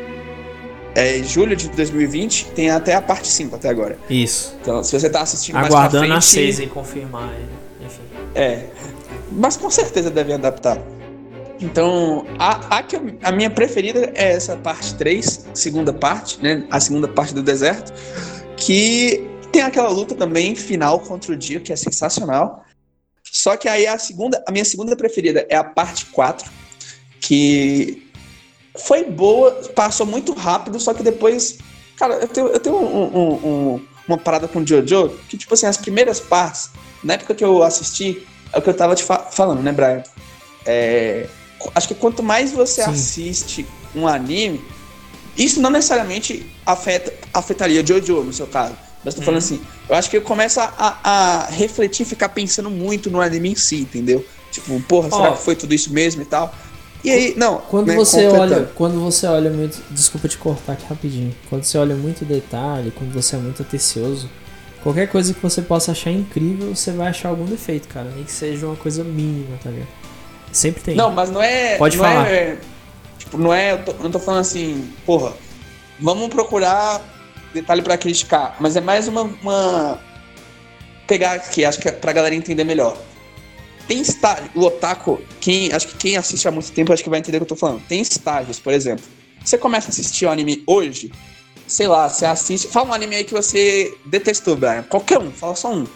Speaker 1: é julho de dois mil e vinte, tem até a parte cinco até agora.
Speaker 2: Isso.
Speaker 1: Então, se você tá assistindo mais
Speaker 2: Aguardando
Speaker 1: pra
Speaker 2: a
Speaker 1: frente...
Speaker 2: seis e confirmar, enfim.
Speaker 1: É, mas com certeza devem adaptar. Então, a, a, que eu- a minha preferida é essa parte três, segunda parte, né? A segunda parte do deserto, que tem aquela luta também final contra o Dio, que é sensacional. Só que aí a segunda, a minha segunda preferida é a parte quatro, que foi boa, passou muito rápido, só que depois, cara, eu tenho, eu tenho um- um- um- uma parada com o Jojo, que tipo assim, as primeiras partes, na época que eu assisti, é o que eu tava te fa- falando, né, Brian? É, acho que quanto mais você
Speaker 2: Sim.
Speaker 1: assiste um anime, isso não necessariamente afeta, afetaria Jojo, no seu caso. Mas tô falando assim, eu acho que eu começo a, a refletir, ficar pensando muito no anime em si, entendeu? Tipo, porra, será
Speaker 2: Ó.
Speaker 1: que foi tudo isso mesmo e tal? E aí, não.
Speaker 2: Quando
Speaker 1: né,
Speaker 2: você
Speaker 1: completando.
Speaker 2: olha, quando você olha muito, desculpa te cortar aqui rapidinho. Quando você olha muito detalhe, quando você é muito atencioso, qualquer coisa que você possa achar incrível, você vai achar algum defeito, cara, nem que seja uma coisa mínima, tá ligado? Sempre tem.
Speaker 1: Não, mas não é.
Speaker 2: Pode
Speaker 1: não
Speaker 2: falar.
Speaker 1: É, tipo, não é. Eu, tô, eu não tô falando assim, porra, vamos procurar detalhe pra criticar, mas é mais uma. uma pegar aqui, acho que é pra galera entender melhor. Tem estágio, o otaku, quem, acho que quem assiste há muito tempo acho que vai entender o que eu tô falando. Tem estágios, por exemplo. Você começa a assistir o anime hoje, sei lá, você assiste. Fala um anime aí que você detestou, Brian. Qualquer um, fala só um.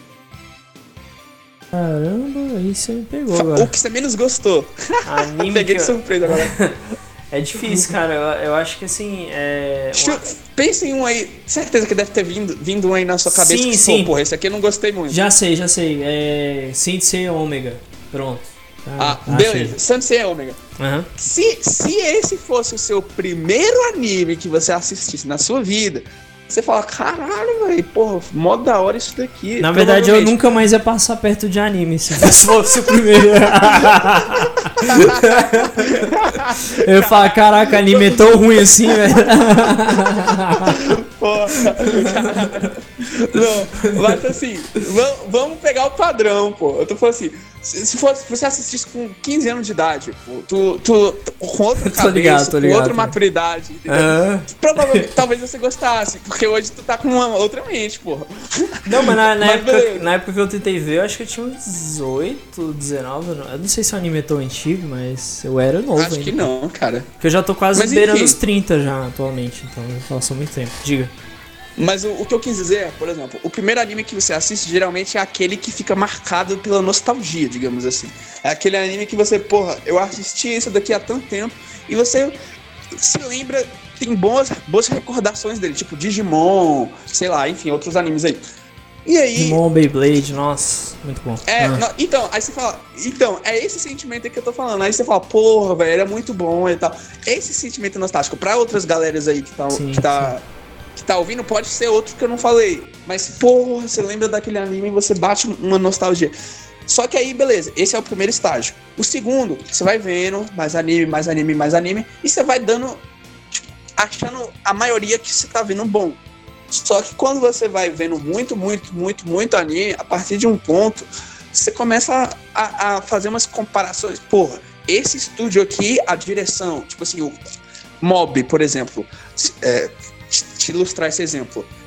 Speaker 2: Caramba, aí você me pegou
Speaker 1: Fa-
Speaker 2: agora.
Speaker 1: O que você menos gostou.
Speaker 2: Anime
Speaker 1: Peguei
Speaker 2: que
Speaker 1: de
Speaker 2: eu-
Speaker 1: surpresa agora.
Speaker 2: É difícil, cara. Eu, eu acho que assim. É...
Speaker 1: Chu- Pensa em um aí, certeza que deve ter vindo, vindo um aí na sua cabeça
Speaker 2: Sim,
Speaker 1: que
Speaker 2: sim.
Speaker 1: pô, porra, esse aqui eu não gostei muito.
Speaker 2: Já sei, já sei. É. Sensei Ômega. Pronto.
Speaker 1: Ah,
Speaker 2: achei.
Speaker 1: beleza. Sensei Ômega.
Speaker 2: Aham.
Speaker 1: Se, se esse fosse o seu primeiro anime que você assistisse na sua vida, você fala, caralho, velho, porra, mó da hora isso daqui.
Speaker 2: Na verdade, eu
Speaker 1: Provavelmente-
Speaker 2: nunca mais ia passar perto de anime se fosse, fosse o primeiro. Eu ia falar, caraca, anime é tão ruim assim, velho.
Speaker 1: Porra, caralho. Não, mas assim, vamos, vamos pegar o padrão, pô. Eu tô falando assim, se, se fosse, se você assistisse com quinze anos de idade, pô, tu, tu, tu- com outra
Speaker 2: Tô
Speaker 1: cabeça,
Speaker 2: ligado, tô
Speaker 1: com
Speaker 2: ligado,
Speaker 1: outra
Speaker 2: né?
Speaker 1: maturidade, entendeu?
Speaker 2: Ah.
Speaker 1: Provavelmente, talvez você gostasse, porque hoje tu tá com uma outra mente, porra.
Speaker 2: Não, mas na, na
Speaker 1: Mas
Speaker 2: época,
Speaker 1: beleza.
Speaker 2: na época que eu tentei ver, eu acho que eu tinha uns dezoito, dezenove. Eu não- Eu não sei se o anime é tão antigo, mas eu era novo
Speaker 1: Acho
Speaker 2: ainda.
Speaker 1: que não, cara.
Speaker 2: Porque eu já tô quase
Speaker 1: Mas
Speaker 2: beirando
Speaker 1: enfim.
Speaker 2: os trinta já atualmente, então passou muito tempo. Diga.
Speaker 1: Mas o, o que eu quis dizer é, por exemplo, o primeiro anime que você assiste geralmente é aquele que fica marcado pela nostalgia, digamos assim. É aquele anime que você, porra, eu assisti isso daqui há tanto tempo e você se lembra, tem boas, boas recordações dele, tipo Digimon, sei lá, enfim, outros animes aí. E aí.
Speaker 2: Digimon, Beyblade, nossa, muito bom.
Speaker 1: É,
Speaker 2: Ah.
Speaker 1: não, então, aí você fala, então, é esse sentimento aí que eu tô falando. Aí você fala, porra, velho, era muito bom e tal. Esse sentimento nostálgico, pra outras galeras aí que tá,
Speaker 2: Sim,
Speaker 1: que tá, que tá ouvindo, pode ser outro que eu não falei. Mas, porra, você lembra daquele anime e você bate uma nostalgia. Só que aí, beleza, esse é o primeiro estágio. O segundo, você vai vendo mais anime, mais anime, mais anime, e você vai dando, tipo, achando a maioria que você tá vendo bom. Só que quando você vai vendo muito, muito, muito, muito anime, a partir de um ponto, você começa a, a fazer umas comparações. Porra, esse estúdio aqui, a direção, tipo assim, o Mob, por exemplo, é, te ilustrar esse exemplo.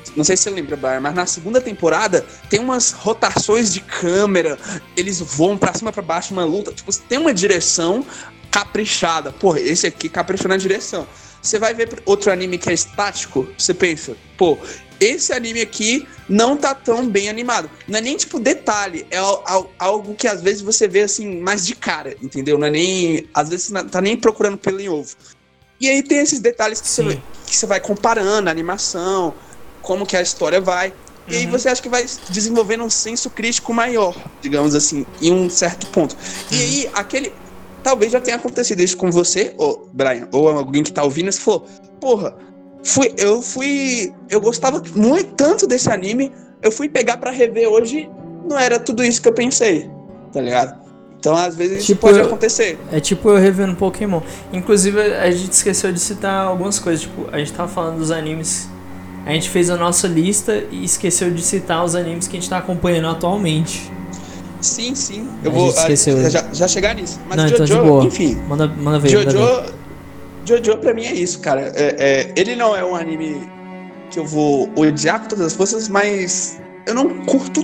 Speaker 1: não sei se você lembra, Brian, mas na segunda temporada tem umas rotações de câmera, eles voam pra cima, pra baixo, uma luta, tipo, tem uma direção caprichada. Porra, esse aqui caprichou na direção. Você vai ver outro anime que é estático, você pensa, pô, esse anime aqui não tá tão bem animado. Não é nem tipo detalhe, é algo que às vezes você vê assim, mais de cara, entendeu? Não é nem, às vezes você não tá nem procurando pelo em ovo. E aí tem esses detalhes que você, que você vai comparando, a animação, como que a história vai. E aí você acha que vai desenvolvendo um senso crítico maior, digamos assim, em um certo ponto. E aí, aquele... Talvez já tenha acontecido isso com você, ou Brian, ou alguém que tá ouvindo, você falou, porra, fui, eu fui... Eu gostava muito tanto desse anime, eu fui pegar pra rever hoje, não era tudo isso que eu pensei, tá ligado? Então, às vezes, tipo, isso pode eu, acontecer.
Speaker 2: É tipo eu revendo Pokémon. Inclusive, a gente esqueceu de citar algumas coisas, tipo, a gente tava falando dos animes... A gente fez a nossa lista e esqueceu de citar os animes que a gente tá acompanhando atualmente.
Speaker 1: Sim, sim. Eu a vou a, já, já chegar nisso. Mas
Speaker 2: não,
Speaker 1: Jojo,
Speaker 2: então de boa.
Speaker 1: enfim.
Speaker 2: Manda, manda ver.
Speaker 1: Jojo,
Speaker 2: manda ver.
Speaker 1: Jojo pra mim é isso, cara. É, é, ele não é um anime que eu vou odiar com todas as forças, mas eu não curto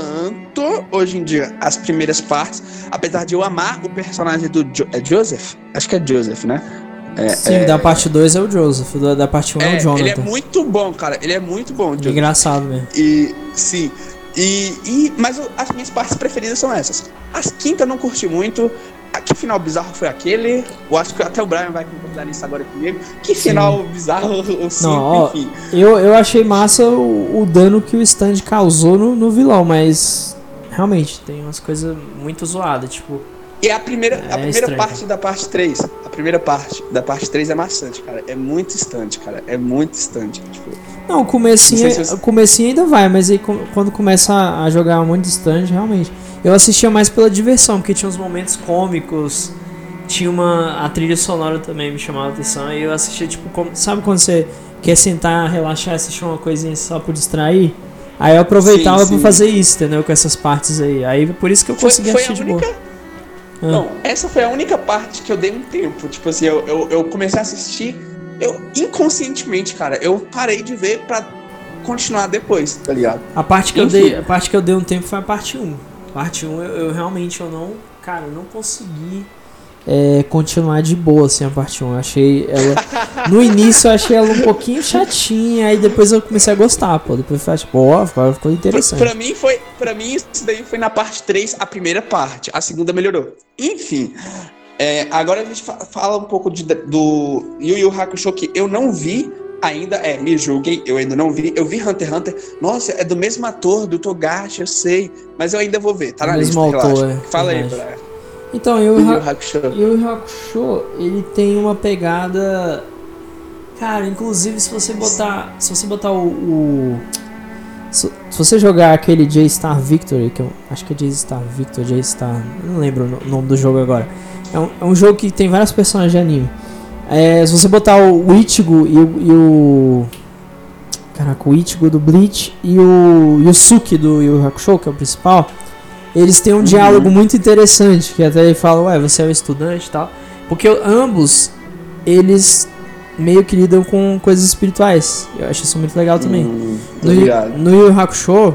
Speaker 1: tanto hoje em dia as primeiras partes, apesar de eu amar o personagem do jo- é Joseph. Acho que é Joseph, né? É,
Speaker 2: Sim,
Speaker 1: é...
Speaker 2: da parte dois é o Joseph, da, da parte um é, é o Jonathan.
Speaker 1: Ele é muito bom, cara. Ele é muito bom.
Speaker 2: É engraçado mesmo.
Speaker 1: E, sim. E, e, mas eu, as minhas partes preferidas são essas. As quintas eu não curti muito. Que final bizarro foi aquele? Eu acho que até o Brian vai concordar nisso agora comigo. Que final Sim. bizarro, o cinco, não, ó, enfim.
Speaker 2: Eu, eu achei massa o, o dano que o stand causou no, no vilão, mas realmente tem umas coisas muito zoadas, tipo...
Speaker 1: E a primeira, é a primeira parte da parte três, a primeira parte da parte três é maçante, cara. É muito distante, cara. É muito distante. Tipo,
Speaker 2: não, o comecinho,
Speaker 1: se você...
Speaker 2: o comecinho ainda vai, mas aí quando começa a jogar muito distante, realmente. Eu assistia mais pela diversão, porque tinha uns momentos cômicos, tinha uma... A trilha sonora também me chamava a atenção, e eu assistia, tipo, como, sabe quando você quer sentar, relaxar e assistir uma coisinha só por distrair? Aí eu aproveitava sim, sim. pra fazer isso, entendeu? Com essas partes aí. Aí por isso que eu consegui
Speaker 1: foi,
Speaker 2: assistir
Speaker 1: foi
Speaker 2: de
Speaker 1: única...
Speaker 2: boa.
Speaker 1: Não, essa foi a única parte que eu dei um tempo. Tipo assim, eu, eu, eu comecei a assistir, eu inconscientemente, cara, eu parei de ver pra continuar depois, tá ligado?
Speaker 2: A parte que, eu dei, a parte que eu dei um tempo foi a parte um. Parte um eu, eu realmente eu não, cara, eu não consegui é, continuar de boa assim a parte um. Eu achei ela. No início eu achei ela um pouquinho chatinha, aí depois eu comecei a gostar, pô. Depois eu falei, tipo, ó, ficou interessante.
Speaker 1: Pra, pra mim foi. Pra mim, isso daí foi na parte três, a primeira parte. A segunda melhorou. Enfim. É, agora a gente fala um pouco de, do Yu Yu Hakusho, que eu não vi ainda. É, me julguem, eu ainda não vi. Eu vi Hunter x Hunter. Nossa, é do mesmo ator, do Togashi, eu sei. Mas eu ainda vou ver, tá na lista,
Speaker 2: autor,
Speaker 1: relaxa.
Speaker 2: É,
Speaker 1: fala
Speaker 2: verdade.
Speaker 1: aí, Brian.
Speaker 2: Então, Yu Yu
Speaker 1: Hakusho.
Speaker 2: Yu Yu Hakusho, ele tem uma pegada... Cara, inclusive se você botar... Se você botar o... o se, se você jogar aquele J-Star Victory, que eu acho que é J-Star Victory, J-Star... Eu não lembro o nome do jogo agora. É um, é um jogo que tem vários personagens de anime. É, se você botar o Ichigo e o... E o caraca, o Ichigo do Bleach e o Yusuke do Yu Yu Hakusho, que é o principal... Eles têm um uhum. diálogo muito interessante, que até ele fala, ué, você é um estudante e tal. Porque ambos, eles meio que lidam com coisas espirituais. Eu acho isso muito legal também.
Speaker 1: Hum,
Speaker 2: no, no Yu Yu Hakusho,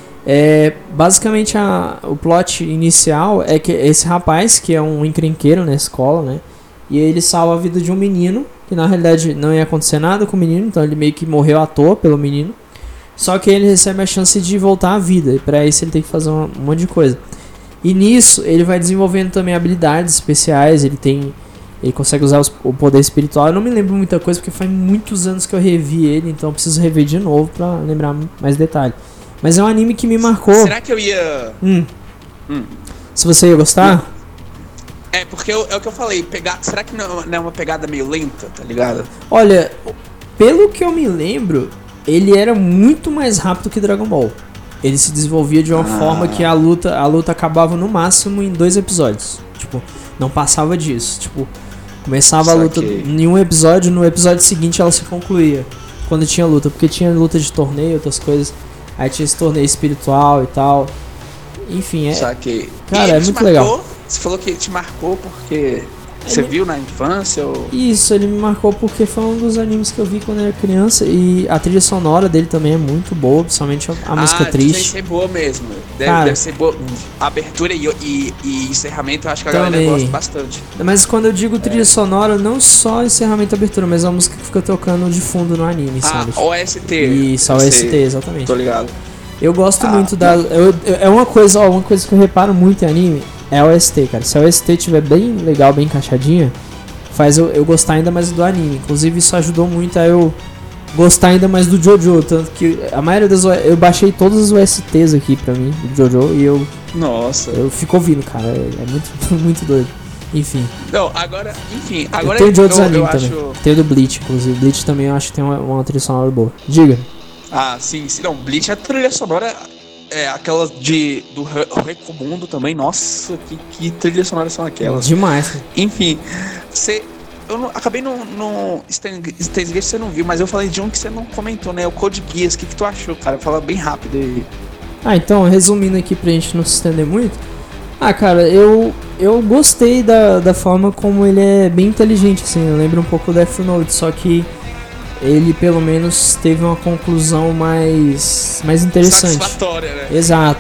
Speaker 2: é, basicamente a, o plot inicial é que esse rapaz, que é um encrenqueiro na escola, né? E ele salva a vida de um menino, que na realidade não ia acontecer nada com o menino, então ele meio que morreu à toa pelo menino. Só que ele recebe a chance de voltar à vida. E pra isso ele tem que fazer um monte de coisa. E nisso ele vai desenvolvendo também habilidades especiais. Ele tem. Ele consegue usar os, o poder espiritual. Eu não me lembro muita coisa porque faz muitos anos que eu revi ele. Então eu preciso rever de novo pra lembrar mais detalhes. Mas é um anime que me marcou.
Speaker 1: Será que eu ia.
Speaker 2: Hum.
Speaker 1: Hum.
Speaker 2: Se você ia gostar?
Speaker 1: É, porque eu, é o que eu falei. Pegar, será que não, não é uma pegada meio lenta, tá ligado?
Speaker 2: Olha, pelo que eu me lembro. Ele era muito mais rápido que Dragon Ball. Ele se desenvolvia de uma ah. forma que a luta, a luta acabava no máximo em dois episódios. Tipo, não passava disso. Tipo, começava Só a luta que... em um episódio, no episódio seguinte ela se concluía. Quando tinha luta, porque tinha luta de torneio, outras coisas. Aí tinha esse torneio espiritual e tal. Enfim, é.
Speaker 1: Só que...
Speaker 2: Cara, é muito
Speaker 1: marcou,
Speaker 2: legal.
Speaker 1: Você falou que te marcou porque Você
Speaker 2: ele...
Speaker 1: viu na infância? Ou...
Speaker 2: Isso, ele me marcou porque foi um dos animes que eu vi quando eu era criança. E a trilha sonora dele também é muito boa, principalmente a, a música
Speaker 1: ah,
Speaker 2: triste.
Speaker 1: Deve ser boa mesmo. Deve,
Speaker 2: Cara,
Speaker 1: deve ser boa. Abertura e, e, e encerramento eu acho que a
Speaker 2: também.
Speaker 1: galera gosta bastante.
Speaker 2: Mas quando eu digo trilha é. sonora, não só encerramento e abertura, mas a música que fica tocando de fundo no anime,
Speaker 1: ah,
Speaker 2: sabe?
Speaker 1: O S T.
Speaker 2: Isso, a O S T, exatamente.
Speaker 1: Tô ligado.
Speaker 2: Eu gosto
Speaker 1: ah,
Speaker 2: muito da... Eu, eu, é uma coisa, ó, uma coisa que eu reparo muito em anime, é a O S T, cara. Se a O S T estiver bem legal, bem encaixadinha, faz eu, eu gostar ainda mais do anime. Inclusive isso ajudou muito a eu gostar ainda mais do JoJo, tanto que a maioria das... Eu baixei todas as O S Ts aqui pra mim, do JoJo, e eu...
Speaker 1: Nossa.
Speaker 2: Eu fico ouvindo, cara, é, é muito, muito doido. Enfim.
Speaker 1: Não, agora, enfim, agora
Speaker 2: eu tenho de outros
Speaker 1: eu,
Speaker 2: animes
Speaker 1: eu
Speaker 2: também.
Speaker 1: acho...
Speaker 2: Tem do Bleach, inclusive. Bleach também eu acho que tem uma, uma trilha sonora boa. Diga.
Speaker 1: Ah, sim, sim. Não, Bleach, a trilha sonora é aquelas de do Recomundo também. Nossa, que, que trilha sonora são aquelas?
Speaker 2: Demais.
Speaker 1: Enfim, você... Eu não, acabei no, no Steins Gate, você não viu, mas eu falei de um que você não comentou, né? O Code Geass. O que, que tu achou, cara? Fala bem rápido aí.
Speaker 2: Ah, então, resumindo aqui pra gente não se estender muito. Ah, cara, eu, eu gostei da, da forma como ele é bem inteligente, assim. Eu lembro um pouco do Death Note, só que ele pelo menos teve uma conclusão mais, mais interessante.
Speaker 1: Satisfatória, né?
Speaker 2: Exato.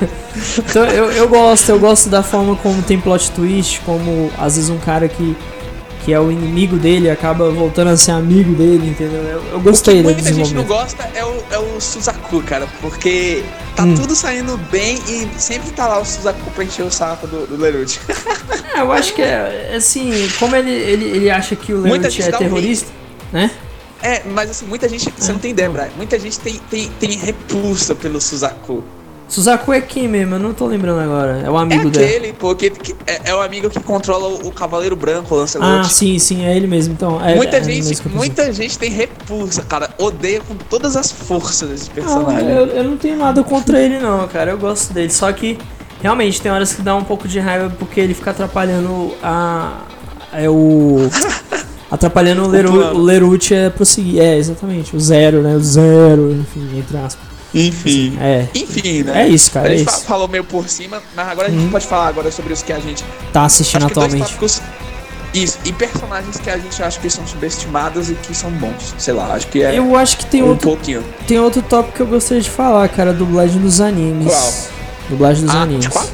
Speaker 2: Então eu, eu gosto, eu gosto da forma como tem plot twist, como às vezes um cara que, que é o inimigo dele acaba voltando a ser amigo dele, entendeu? Eu, eu gostei desse
Speaker 1: momento. O que muita gente não
Speaker 2: momento.
Speaker 1: gosta é o, é o Suzaku, cara, porque tá hum. tudo saindo bem e sempre tá lá o Suzaku pra encher o saco do, do Lerute.
Speaker 2: É, eu acho que é assim, como ele, ele, ele acha que o Lerute é terrorista, um né?
Speaker 1: É, mas assim, muita gente, você é. não tem ideia, Brian, muita gente tem, tem, tem repulsa pelo Suzaku.
Speaker 2: Suzaku é quem mesmo? Eu não tô lembrando agora. É o amigo dele.
Speaker 1: É aquele, dela. pô, que, que é, é o amigo que controla o, o Cavaleiro Branco, o Lancelot.
Speaker 2: Ah, sim, sim, é ele mesmo. Então, é,
Speaker 1: muita
Speaker 2: é
Speaker 1: gente, muita gente tem repulsa, cara. Odeia com todas as forças desse personagem.
Speaker 2: Não, eu, eu não tenho nada contra ele, não, cara. Eu gosto dele. Só que, realmente, tem horas que dá um pouco de raiva porque ele fica atrapalhando a... É o... atrapalhando o, Leru, o Lerute a prosseguir. É, exatamente. O Zero, né? O Zero, enfim, entre aspas.
Speaker 1: Enfim.
Speaker 2: É.
Speaker 1: Enfim, né?
Speaker 2: É isso, cara.
Speaker 1: A gente
Speaker 2: é isso.
Speaker 1: falou meio por cima, mas agora a gente hum. pode falar agora sobre os que a gente
Speaker 2: tá assistindo atualmente.
Speaker 1: Tópicos, isso, e personagens que a gente acha que são subestimados e que são bons. Sei lá, acho que é.
Speaker 2: Eu acho que tem
Speaker 1: um
Speaker 2: outro.
Speaker 1: pouquinho.
Speaker 2: Tem outro tópico que eu gostaria de falar, cara, a dublagem dos animes.
Speaker 1: Qual?
Speaker 2: Dublagem dos
Speaker 1: ah,
Speaker 2: animes.
Speaker 1: Qual?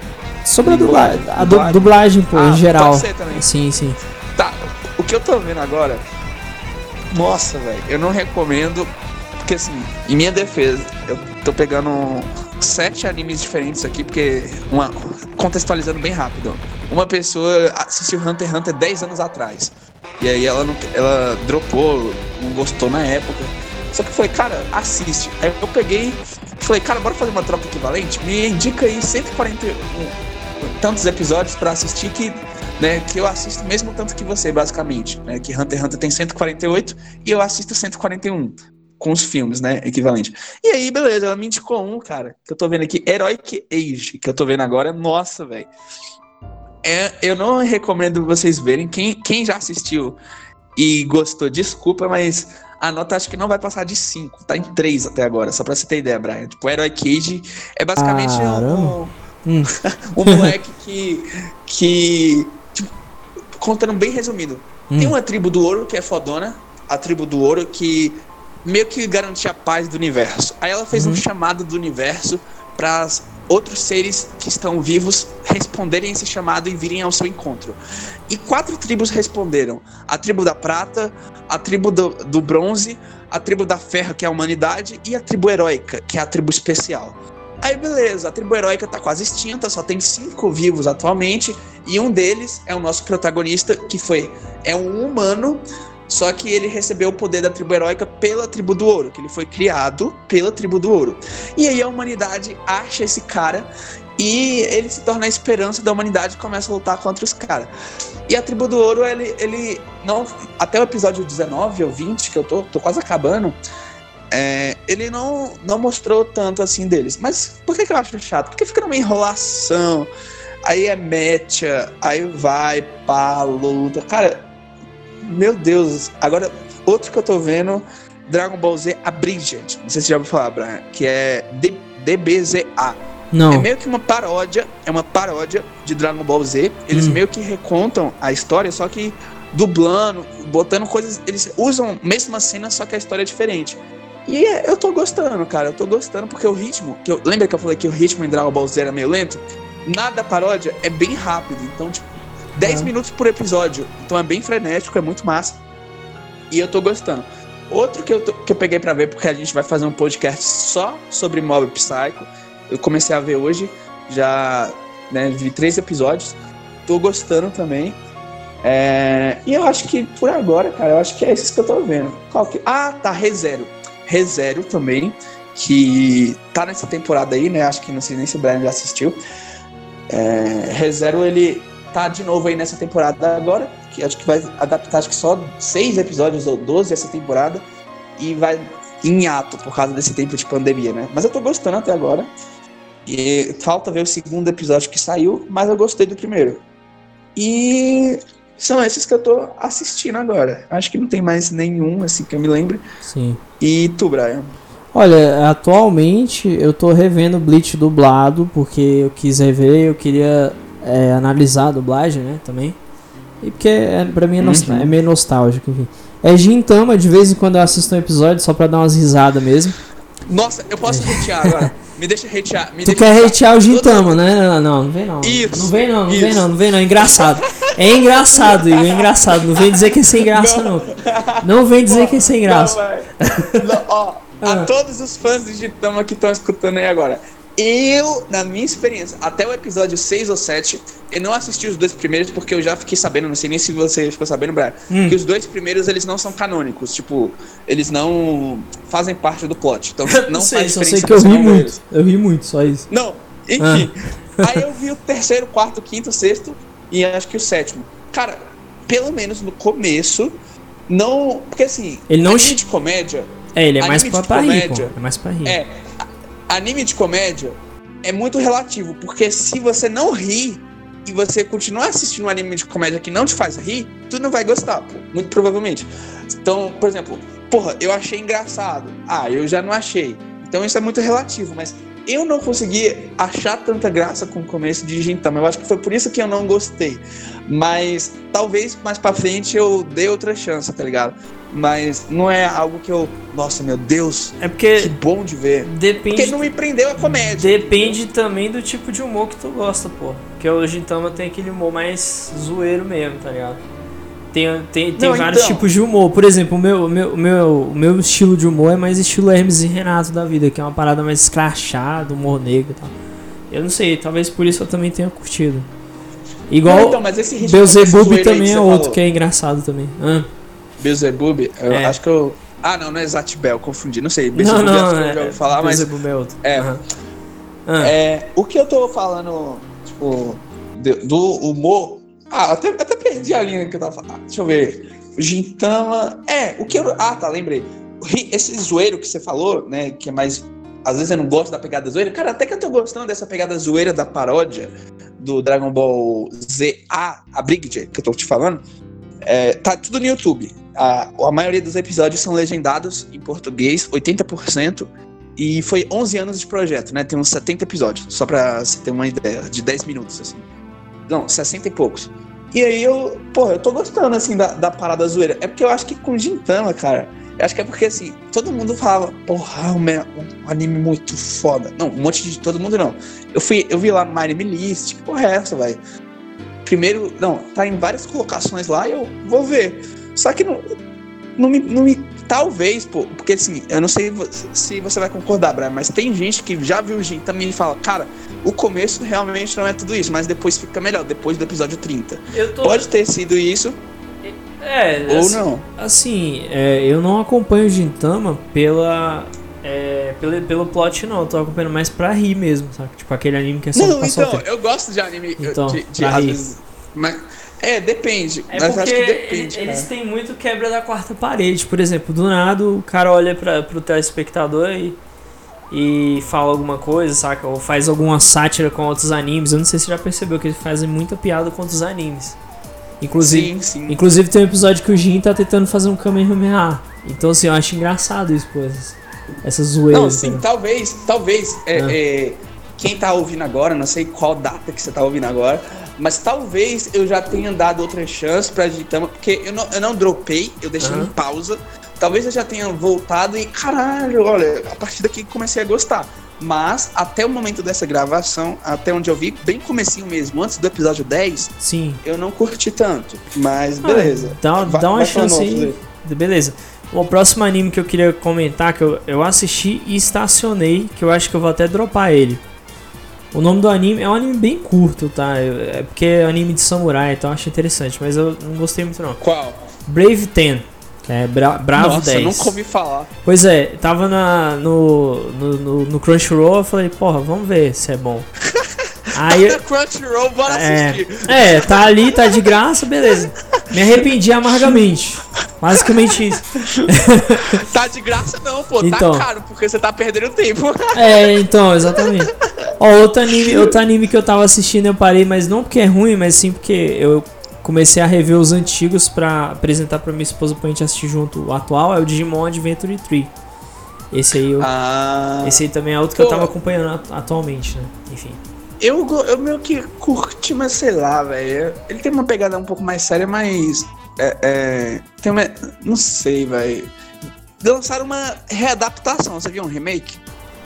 Speaker 2: Sobre a dublagem. A du dublagem, pô,
Speaker 1: ah,
Speaker 2: em geral.
Speaker 1: Pode ser também.
Speaker 2: Sim, sim.
Speaker 1: Tá, o que eu tô vendo agora. Nossa, velho, eu não recomendo. Porque assim, em minha defesa, eu tô pegando sete animes diferentes aqui, porque, uma, contextualizando bem rápido, uma pessoa assistiu Hunter x Hunter dez anos atrás, e aí ela, não, ela dropou, não gostou na época, só que foi, cara, assiste. Aí eu peguei, falei, cara, bora fazer uma troca equivalente? Me indica aí cento e quarenta e um tantos episódios pra assistir que... Né, que eu assisto mesmo tanto que você, basicamente, né, que Hunter x Hunter tem cento e quarenta e oito e eu assisto cento e quarenta e um com os filmes, né, equivalente. E aí, beleza, ela me indicou um, cara, que eu tô vendo aqui, Heroic Age, que eu tô vendo agora, nossa, velho. É, eu não recomendo vocês verem, quem, quem já assistiu e gostou, desculpa, mas a nota acho que não vai passar de cinco, tá em três até agora, só pra você ter ideia, Brian. Tipo, Heroic Age é basicamente um, um, um moleque que... que contando bem resumido, hum. tem uma tribo do ouro que é fodona, a tribo do ouro que meio que garantia a paz do universo. Aí ela fez uhum. um chamado do universo para outros seres que estão vivos responderem esse chamado e virem ao seu encontro. E quatro tribos responderam: a tribo da prata, a tribo do, do bronze, a tribo da ferro, que é a humanidade, e a tribo heróica, que é a tribo especial. Aí beleza, a tribo heróica tá quase extinta, só tem cinco vivos atualmente, e um deles é o nosso protagonista, que foi, é um humano, só que ele recebeu o poder da tribo heróica pela tribo do ouro, que ele foi criado pela tribo do ouro. E aí a humanidade acha esse cara, e ele se torna a esperança da humanidade e começa a lutar contra os caras. E a tribo do ouro, ele, ele não, até o episódio dezenove ou vinte, que eu tô, tô quase acabando, É, ele não, não mostrou tanto assim deles. Mas por que, que eu acho chato? Porque fica numa enrolação. Aí é mecha, aí vai, pá, luta. Cara, meu Deus. Agora, outro que eu tô vendo, Dragon Ball Z Abridged. Não sei se você já ouviu falar, Brian. Que é D B Z A.
Speaker 2: Não.
Speaker 1: É meio que uma paródia, é uma paródia de Dragon Ball Z. Eles hum. meio que recontam a história, só que dublando, botando coisas... Eles usam a mesma cena, só que a história é diferente. E eu tô gostando, cara. Eu tô gostando porque o ritmo... Que eu, lembra que eu falei que o ritmo em Dragon Ball Z era meio lento? Nada paródia é bem rápido. Então, tipo, dez ah. minutos por episódio. Então é bem frenético, é muito massa. E eu tô gostando. Outro que eu, tô, que eu peguei pra ver, porque a gente vai fazer um podcast só sobre Mob Psycho. Eu comecei a ver hoje. Já né, vi três episódios. Tô gostando também. É, e eu acho que por agora, cara, eu acho que é esses que eu tô vendo. Qual que... Ah, tá, ReZero. ReZero também, que tá nessa temporada aí, né? Acho que não sei nem se o Brian já assistiu. É, ReZero, ele tá de novo aí nessa temporada agora, que acho que vai adaptar acho que só seis episódios ou doze essa temporada, e vai em ato por causa desse tempo de pandemia, né? Mas eu tô gostando até agora. E falta ver o segundo episódio que saiu, mas eu gostei do primeiro. E são esses que eu tô assistindo agora. Acho que não tem mais nenhum, assim, que eu me lembre.
Speaker 2: Sim.
Speaker 1: E tu, Brian?
Speaker 2: Olha, atualmente eu tô revendo Bleach dublado, porque eu quis rever, eu queria é, analisar a dublagem, né, também. E porque é, pra mim é, nost- uhum. é meio nostálgico, enfim. É Gintama, de vez em quando eu assisto um episódio só pra dar umas risadas mesmo.
Speaker 1: Nossa, eu posso hatear agora? Me deixa hatear. Me
Speaker 2: tu
Speaker 1: deixa
Speaker 2: quer hatear o Gintama, né? Não, não, não vem não.
Speaker 1: Isso,
Speaker 2: não vem não, não
Speaker 1: isso.
Speaker 2: vem não, não vem não. É engraçado. É engraçado, Igor, é engraçado. Não vem dizer que é sem graça, não. Não, não vem dizer que é sem graça.
Speaker 1: Não, não, ó, ah. A todos os fãs de Gintama que estão escutando aí agora. Eu, na minha experiência, até o episódio seis ou sete, eu não assisti os dois primeiros porque eu já fiquei sabendo, não sei nem se você ficou sabendo, Brian, hum. que os dois primeiros, eles não são canônicos, tipo, eles não fazem parte do plot, então não, não sei, faz
Speaker 2: só
Speaker 1: diferença.
Speaker 2: Sei que eu ri muito, eles. eu ri muito, só isso.
Speaker 1: Não, enfim, ah. aí eu vi o terceiro, quarto, quinto, sexto e acho que o sétimo. Cara, pelo menos no começo, não, porque assim,
Speaker 2: ele não
Speaker 1: anime de comédia...
Speaker 2: É, ele é mais pra, pra rir, pô. É mais pra rir.
Speaker 1: É, anime de comédia é muito relativo, porque se você não ri e você continuar assistindo um anime de comédia que não te faz rir, tu não vai gostar, pô, muito provavelmente. Então, por exemplo, porra, eu achei engraçado. Ah, eu já não achei. Então isso é muito relativo, mas eu não consegui achar tanta graça com o começo de Gintama. Eu acho que foi por isso que eu não gostei. Mas talvez mais pra frente eu dê outra chance, tá ligado? Mas não é algo que eu... Nossa, meu Deus,
Speaker 2: é porque
Speaker 1: que bom de ver.
Speaker 2: Depende,
Speaker 1: porque não me prendeu a comédia.
Speaker 2: Depende também do tipo de humor que tu gosta, pô. Porque o Gintama tem aquele humor mais zoeiro mesmo, tá ligado? Tem, tem, tem não, vários então... tipos de humor. Por exemplo, o meu, meu, meu, meu estilo de humor é mais estilo Hermes e Renato da vida, que é uma parada mais escrachada, humor negro e tal. Eu não sei, talvez por isso eu também tenha curtido. Igual não, então, mas esse Beelzebub também é outro falou. Que é engraçado também. Ah.
Speaker 1: Beelzebub, eu é. acho que eu... Ah, não, não é Zatbel, confundi, não sei. Beelzebub
Speaker 2: não, não,
Speaker 1: é,
Speaker 2: eu já ouvi
Speaker 1: falar, mas...
Speaker 2: Beelzebub é outro.
Speaker 1: É,
Speaker 2: uhum.
Speaker 1: ah. é, o que eu tô falando, tipo, do humor... Ah, até, até perdi a linha que eu tava falando. Deixa eu ver. Gintama... É, o que eu... Ah, tá, lembrei. Esse zoeiro que você falou, né, que é mais... Às vezes eu não gosto da pegada zoeira. Cara, até que eu tô gostando dessa pegada zoeira da paródia do Dragon Ball Z A, a Brigade, que eu tô te falando. É, tá tudo no YouTube. A, a maioria dos episódios são legendados em português, oitenta por cento. E foi onze anos de projeto, né? Tem uns setenta episódios, só pra você ter uma ideia, de dez minutos, assim. Não, sessenta e poucos. E aí eu, pô, eu tô gostando, assim, da, da parada zoeira. É porque eu acho que com Gintama, cara, eu acho que é porque, assim, todo mundo falava, porra, um, um anime muito foda. Não, um monte de... Todo mundo não. Eu, fui, eu vi lá no My Anime List, que porra é essa, velho? Primeiro, não, tá em várias colocações lá e eu vou ver. Só que não, não, me, não me... Talvez, pô, porque assim, eu não sei se você vai concordar, Brian, mas tem gente que já viu o Gintama e fala, cara, o começo realmente não é tudo isso, mas depois fica melhor, depois do episódio trinta. Eu tô... Pode ter sido isso...
Speaker 2: É,
Speaker 1: ou
Speaker 2: assim,
Speaker 1: não?
Speaker 2: Assim, é, eu não acompanho o Gintama pela, é, pelo, pelo plot, não. Eu tô acompanhando mais pra rir mesmo, sabe? Tipo aquele anime que é só
Speaker 1: não,
Speaker 2: pra
Speaker 1: então, eu gosto de anime
Speaker 2: então,
Speaker 1: de, de às vezes, mas, é, depende.
Speaker 2: É
Speaker 1: mas
Speaker 2: porque
Speaker 1: acho que depende,
Speaker 2: eles têm muito quebra da quarta parede. Por exemplo, do nada o cara olha pra, pro telespectador e, e fala alguma coisa, saca? Ou faz alguma sátira com outros animes. Eu não sei se você já percebeu que eles fazem muita piada com outros animes. Inclusive,
Speaker 1: sim, sim.
Speaker 2: inclusive tem um episódio que o Jin tá tentando fazer um Kamehameha. Então assim, eu acho engraçado isso, pô. Essas zoeiras.
Speaker 1: Não, sim, né? talvez, talvez. É,
Speaker 2: ah.
Speaker 1: é, quem tá ouvindo agora, não sei qual data que você tá ouvindo agora, mas talvez eu já tenha dado outra chance pra Gintama, porque eu não, eu não dropei, eu deixei uhum. em pausa. Talvez eu já tenha voltado e, caralho, olha, a partir daqui comecei a gostar. Mas, até o momento dessa gravação, até onde eu vi, bem comecinho mesmo, antes do episódio dez,
Speaker 2: sim,
Speaker 1: eu não curti tanto. Mas, beleza.
Speaker 2: Ah, dá, vai, dá uma chance aí. Beleza. O próximo anime que eu queria comentar, que eu, eu assisti e estacionei, que eu acho que eu vou até dropar ele. O nome do anime é um anime bem curto, tá? É porque é anime de samurai, então eu acho interessante, mas eu não gostei muito não.
Speaker 1: Qual?
Speaker 2: Brave ten. É, Bra- Bravo
Speaker 1: Nossa,
Speaker 2: dez.
Speaker 1: eu nunca ouvi falar.
Speaker 2: Pois é, tava na, no, no, no, no Crunchyroll, eu falei, porra, vamos ver se é bom. Aí,
Speaker 1: Crunchyroll, bora
Speaker 2: é,
Speaker 1: assistir.
Speaker 2: É, tá ali, tá de graça, beleza. Me arrependi amargamente. Basicamente isso.
Speaker 1: Tá de graça não, pô,
Speaker 2: então,
Speaker 1: tá caro, porque você tá perdendo tempo.
Speaker 2: É, então, exatamente. Ó, outro anime, outro anime que eu tava assistindo eu parei, mas não porque é ruim, mas sim porque eu comecei a rever os antigos pra apresentar pra minha esposa pra gente assistir junto. O atual é o Digimon Adventure três. Esse aí, eu,
Speaker 1: ah,
Speaker 2: esse aí também é outro que pô, eu tava acompanhando atualmente, né? Enfim.
Speaker 1: Eu, eu meio que curti, mas sei lá, velho. Ele tem uma pegada um pouco mais séria, mas... É, é, tem uma... Não sei, velho. Lançaram uma readaptação, você viu um remake?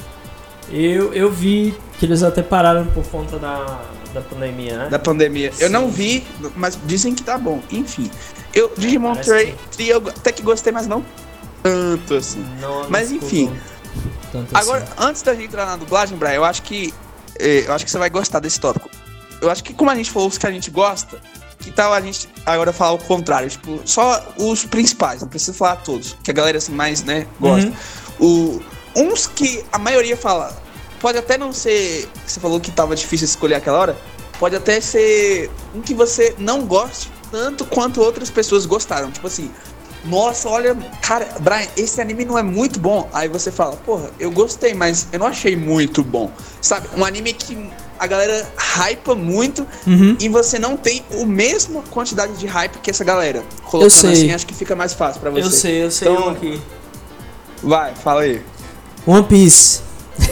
Speaker 2: Eu, eu vi que eles até pararam por conta da... Da pandemia, né?
Speaker 1: Da pandemia. Sim. Eu não vi, mas dizem que tá bom. Enfim. Eu, Digimon três, eu até que gostei, mas não tanto assim. Não, não mas enfim. Tanto agora, assim. Antes da gente entrar na dublagem, Brian, eu acho que eu acho que você vai gostar desse tópico. Eu acho que como a gente falou os que a gente gosta, que tal a gente agora falar o contrário? Tipo, só os principais, não precisa falar todos, que a galera assim mais, né, gosta. Uhum. O, uns que a maioria fala... Pode até não ser... Você falou que tava difícil escolher aquela hora. Pode até ser um que você não goste tanto quanto outras pessoas gostaram. Tipo assim... Nossa, olha... Cara, Brian, esse anime não é muito bom. Aí você fala... Porra, eu gostei, mas eu não achei muito bom. Sabe? Um anime que a galera hypa muito. Uhum. E você não tem a mesma quantidade de hype que essa galera. Colocando
Speaker 2: eu sei.
Speaker 1: Assim, acho que fica mais fácil pra você.
Speaker 2: Eu sei, eu sei.
Speaker 1: Então, aqui. Vai, fala aí.
Speaker 2: One Piece.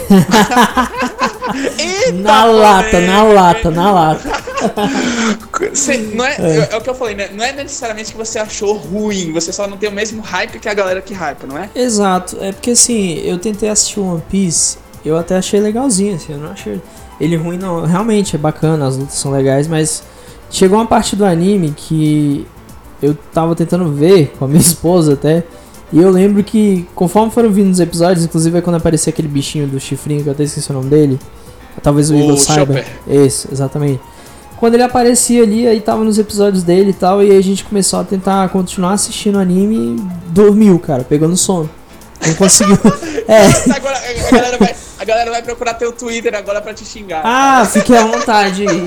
Speaker 1: Eita,
Speaker 2: na lata, na lata, na lata.
Speaker 1: Cê, não é, é. é o que eu falei, né? Não é necessariamente que você achou ruim, você só não tem o mesmo hype que a galera que hypa, não é?
Speaker 2: Exato, é porque assim, eu tentei assistir One Piece, eu até achei legalzinho, assim, eu não achei ele ruim não, realmente é bacana, as lutas são legais, mas chegou uma parte do anime que eu tava tentando ver com a minha esposa até. E eu lembro que, conforme foram vindo os episódios, inclusive é quando aparecia aquele bichinho do chifrinho, que eu até esqueci o nome dele. Talvez o, o Igor saiba. Chopper. Esse, exatamente. Quando ele aparecia ali, aí tava nos episódios dele e tal, e aí a gente começou a tentar continuar assistindo o anime e dormiu, cara, pegando sono. Não conseguiu. É.
Speaker 1: Nossa, agora a galera, vai, a galera vai procurar teu Twitter agora pra te xingar.
Speaker 2: Ah, fiquei à vontade aí.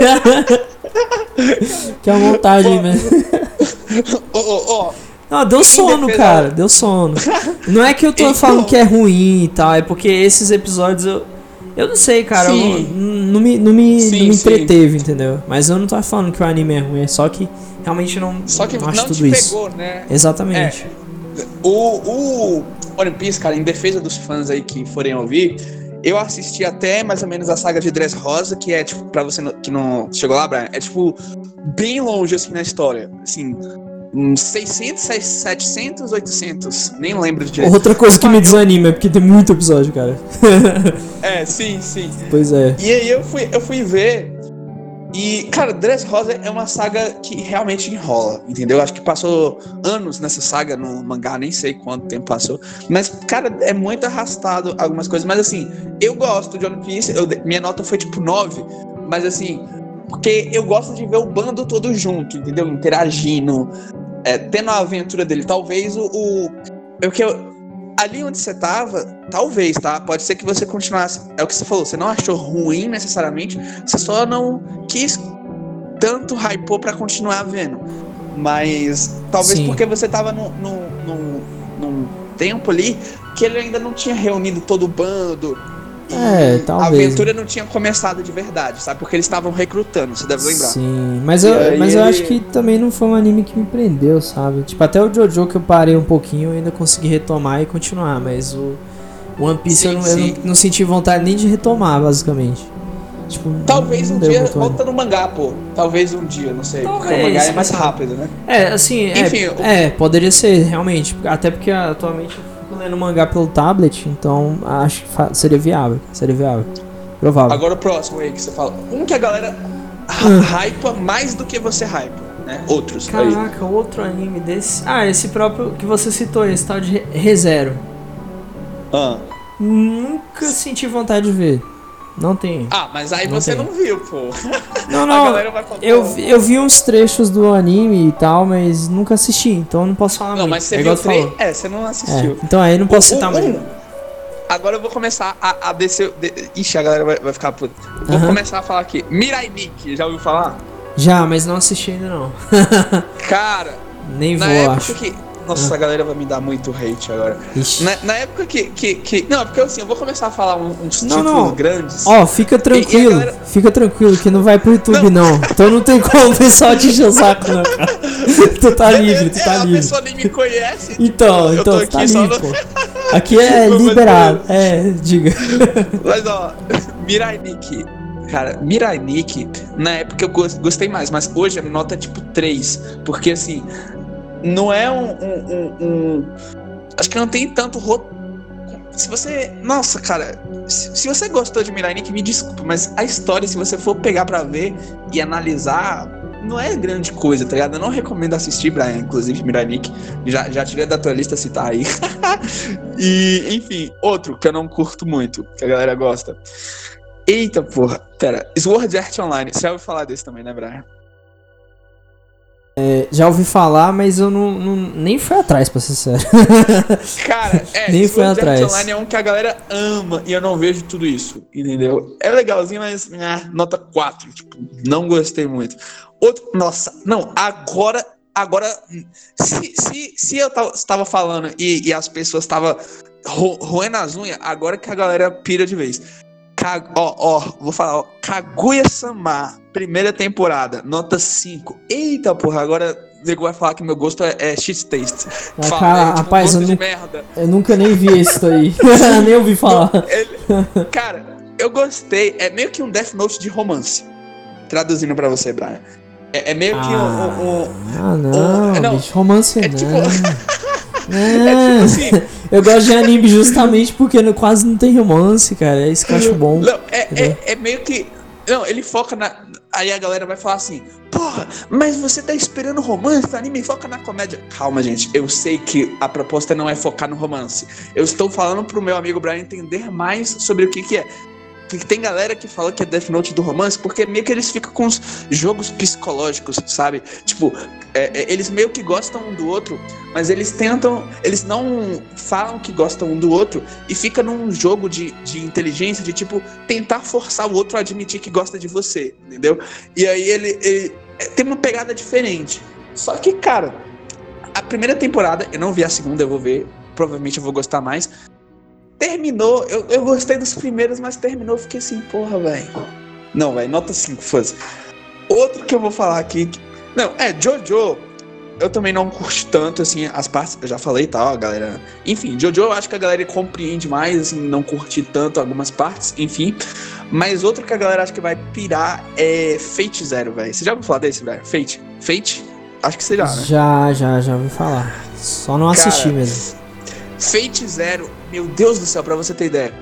Speaker 2: Fiquei à vontade aí, mesmo.
Speaker 1: Ô, ô, ô.
Speaker 2: Não, deu sono, cara, deu sono. Não é que eu tô falando que é ruim e tal, é porque esses episódios eu... Eu não sei, cara, eu não, não me, não me, sim, não me entreteve, entendeu? Mas eu não tô falando que o anime é ruim, é só que realmente não,
Speaker 1: só que
Speaker 2: não acho
Speaker 1: não
Speaker 2: tudo
Speaker 1: te
Speaker 2: isso.
Speaker 1: Pegou, né?
Speaker 2: Exatamente.
Speaker 1: É, o, o One Piece, cara, em defesa dos fãs aí que forem ouvir, eu assisti até mais ou menos a saga de Dressrosa, que é, tipo, pra você que não chegou lá, Brian, é, tipo, bem longe, assim, na história, assim... seiscentos, setecentos, oitocentos, nem lembro direito.
Speaker 2: Outra coisa que me desanima é porque tem muito episódio, cara.
Speaker 1: É, sim, sim.
Speaker 2: Pois é.
Speaker 1: E aí eu fui, eu fui ver e, cara, Dressrosa é uma saga que realmente enrola, entendeu? Acho que passou anos nessa saga no mangá, nem sei quanto tempo passou. Mas, cara, é muito arrastado algumas coisas. Mas, assim, eu gosto de One Piece, eu, minha nota foi tipo nove, mas, assim, porque eu gosto de ver o bando todo junto, entendeu? Interagindo. É, tendo a aventura dele, talvez o, o, o que eu, ali onde você tava, talvez, tá? Pode ser que você continuasse, é o que você falou, você não achou ruim necessariamente, você só não quis tanto hypou pra continuar vendo, mas talvez Sim. porque você tava no, no, no, num tempo ali que ele ainda não tinha reunido todo o bando.
Speaker 2: É, talvez.
Speaker 1: A aventura não tinha começado de verdade, sabe? Porque eles estavam recrutando, você deve lembrar.
Speaker 2: Sim, mas, eu, mas eu acho que também não foi um anime que me prendeu, sabe? Tipo, até o Jojo que eu parei um pouquinho, eu ainda consegui retomar e continuar, mas o... One Piece
Speaker 1: Sim,
Speaker 2: eu, não, eu
Speaker 1: sim.
Speaker 2: não, não senti vontade nem de retomar, basicamente. Tipo,
Speaker 1: Talvez
Speaker 2: não
Speaker 1: um
Speaker 2: deu
Speaker 1: dia
Speaker 2: vontade.
Speaker 1: volta no mangá, pô. Talvez um dia, não sei. Porque o
Speaker 2: Talvez,
Speaker 1: mangá é mais
Speaker 2: mas-
Speaker 1: rápido, né?
Speaker 2: É, assim, é,
Speaker 1: Enfim, o-
Speaker 2: é, poderia ser, realmente. Até porque atualmente eu fico lendo mangá pelo tablet, então acho que fa- seria viável. Seria viável. Provável.
Speaker 1: Agora o próximo aí que você fala. Um que a galera
Speaker 2: Hum.
Speaker 1: hy- hypa mais do que você hypa, né? Outros. Aí.
Speaker 2: Caraca, outro anime desse. Ah, esse próprio que você citou, esse tal de Re- ReZero.
Speaker 1: Ah.
Speaker 2: Nunca senti vontade de ver. Não tem.
Speaker 1: Ah, mas aí
Speaker 2: Não
Speaker 1: você
Speaker 2: tem.
Speaker 1: não viu, pô.
Speaker 2: Não,
Speaker 1: A
Speaker 2: não.
Speaker 1: galera vai falar,
Speaker 2: Eu,
Speaker 1: pô,
Speaker 2: vi- eu vi uns trechos do anime e tal, mas nunca assisti, então eu não posso falar
Speaker 1: Não,
Speaker 2: muito.
Speaker 1: mas você
Speaker 2: é
Speaker 1: viu
Speaker 2: igual
Speaker 1: o
Speaker 2: tu
Speaker 1: trailer?
Speaker 2: falou.
Speaker 1: É, você não assistiu.
Speaker 2: É, então aí não posso citar
Speaker 1: Um-
Speaker 2: mais.
Speaker 1: um- Agora eu vou começar a, a descer. De, ixi, a galera vai, vai ficar puta. Vou
Speaker 2: Aham.
Speaker 1: começar a falar aqui. Mirai Nikki, já ouviu falar?
Speaker 2: Já, mas não assisti ainda não.
Speaker 1: Cara,
Speaker 2: Nem
Speaker 1: na
Speaker 2: vou,
Speaker 1: época
Speaker 2: acho.
Speaker 1: que. Nossa, a galera vai me dar muito hate agora.
Speaker 2: Ixi.
Speaker 1: Na, na época que, que, que. Não, porque assim, eu vou começar a falar um- uns
Speaker 2: Não,
Speaker 1: títulos
Speaker 2: não.
Speaker 1: grandes.
Speaker 2: Ó, fica tranquilo,
Speaker 1: E- e a galera-
Speaker 2: fica tranquilo que não vai pro YouTube não. Então não tem como o pessoal te encher o saco não, cara. Tu tá livre, tu
Speaker 1: É,
Speaker 2: tá
Speaker 1: a
Speaker 2: livre.
Speaker 1: pessoa nem me conhece.
Speaker 2: Então,
Speaker 1: eu
Speaker 2: então
Speaker 1: tô
Speaker 2: tu tá
Speaker 1: aqui só
Speaker 2: livre,
Speaker 1: no-
Speaker 2: pô. Aqui é
Speaker 1: Vou fazer-
Speaker 2: liberado. É, diga.
Speaker 1: Mas ó, Mirai Nikki. Cara, Mirai Nikki, na época eu gos- gostei mais, mas hoje a nota é tipo três. Porque assim, não é um. um- um- um- acho que não tem tanto roteiro. Se você. Nossa, cara, se, se você gostou de Mirai Nikki, me desculpa, mas a história, se você for pegar pra ver e analisar, não é grande coisa, tá ligado? Eu não recomendo assistir, Brian, inclusive, Mirai Nikki. Já, já tirei da tua lista citar aí. E, enfim, outro que eu não curto muito, que a galera gosta. Eita porra, pera, Sword Art Online, você já ouviu falar desse também, né, Brian?
Speaker 2: É, já ouvi falar, mas eu não, não- nem fui atrás, pra ser sério.
Speaker 1: Cara, é,
Speaker 2: Nem fui
Speaker 1: Sword
Speaker 2: atrás.
Speaker 1: Art Online é um que a galera ama e eu não vejo tudo isso, entendeu? É legalzinho, mas ah, nota quatro, tipo, não gostei muito. Outro, nossa, não, agora, agora, se, se, se eu estava falando e, e as pessoas estavam ro, roendo as unhas, agora que a galera pira de vez. Ka- Ó, ó, vou falar, ó, Kaguya-sama, primeira temporada, nota cinco. Eita, porra, agora o nego vai falar que meu gosto é, é shit-taste.
Speaker 2: Ah,
Speaker 1: Fala,
Speaker 2: cara,
Speaker 1: é, tipo,
Speaker 2: rapaz,
Speaker 1: gosto
Speaker 2: eu
Speaker 1: de
Speaker 2: não-
Speaker 1: merda.
Speaker 2: Eu nunca nem vi isso aí. Nem ouvi falar.
Speaker 1: Ele- cara, eu gostei. É meio que um Death Note de romance. Traduzindo pra você, Brian. É, é meio que um. um- um-
Speaker 2: Ah, não,
Speaker 1: um- não,
Speaker 2: bicho, romance
Speaker 1: é
Speaker 2: não.
Speaker 1: tipo-
Speaker 2: Não,
Speaker 1: é tipo assim.
Speaker 2: eu gosto de anime justamente porque no- quase não tem romance, cara. É isso que eu acho bom.
Speaker 1: Não, é,
Speaker 2: Entendeu?
Speaker 1: é, é meio que. Não, ele foca na. Aí a galera vai falar assim: porra, mas você tá esperando romance? O anime foca na comédia. Calma, gente. Eu sei que a proposta não é focar no romance. Eu estou falando pro meu amigo Brian entender mais sobre o que, que é. Porque tem galera que fala que é Death Note do romance, porque meio que eles ficam com os jogos psicológicos, sabe? Tipo, é, é, eles meio que gostam um do outro, mas eles tentam, eles não falam que gostam um do outro e fica num jogo de, de inteligência, de tipo, tentar forçar o outro a admitir que gosta de você, entendeu? E aí ele, ele é, tem uma pegada diferente. Só que, cara, a primeira temporada, eu não vi a segunda, eu vou ver, provavelmente eu vou gostar mais. Terminou, eu, eu gostei dos primeiros, mas terminou, eu fiquei assim, porra, velho. Não, velho, nota cinco, fãs. Outro que eu vou falar aqui. que- Não, é, Jojo. Eu também não curti tanto, assim, as partes. Eu já falei e tal, a galera. Enfim, Jojo eu acho que a galera compreende mais, assim, não curti tanto algumas partes, enfim. Mas outro que a galera acha que vai pirar é Fate Zero, velho. Você já ouviu falar desse, velho? Fate? Fate? Acho que você já, né?
Speaker 2: Já, já, já ouvi falar. Só não assisti
Speaker 1: Cara,
Speaker 2: mesmo.
Speaker 1: Fate Zero, meu Deus do céu, pra você ter ideia.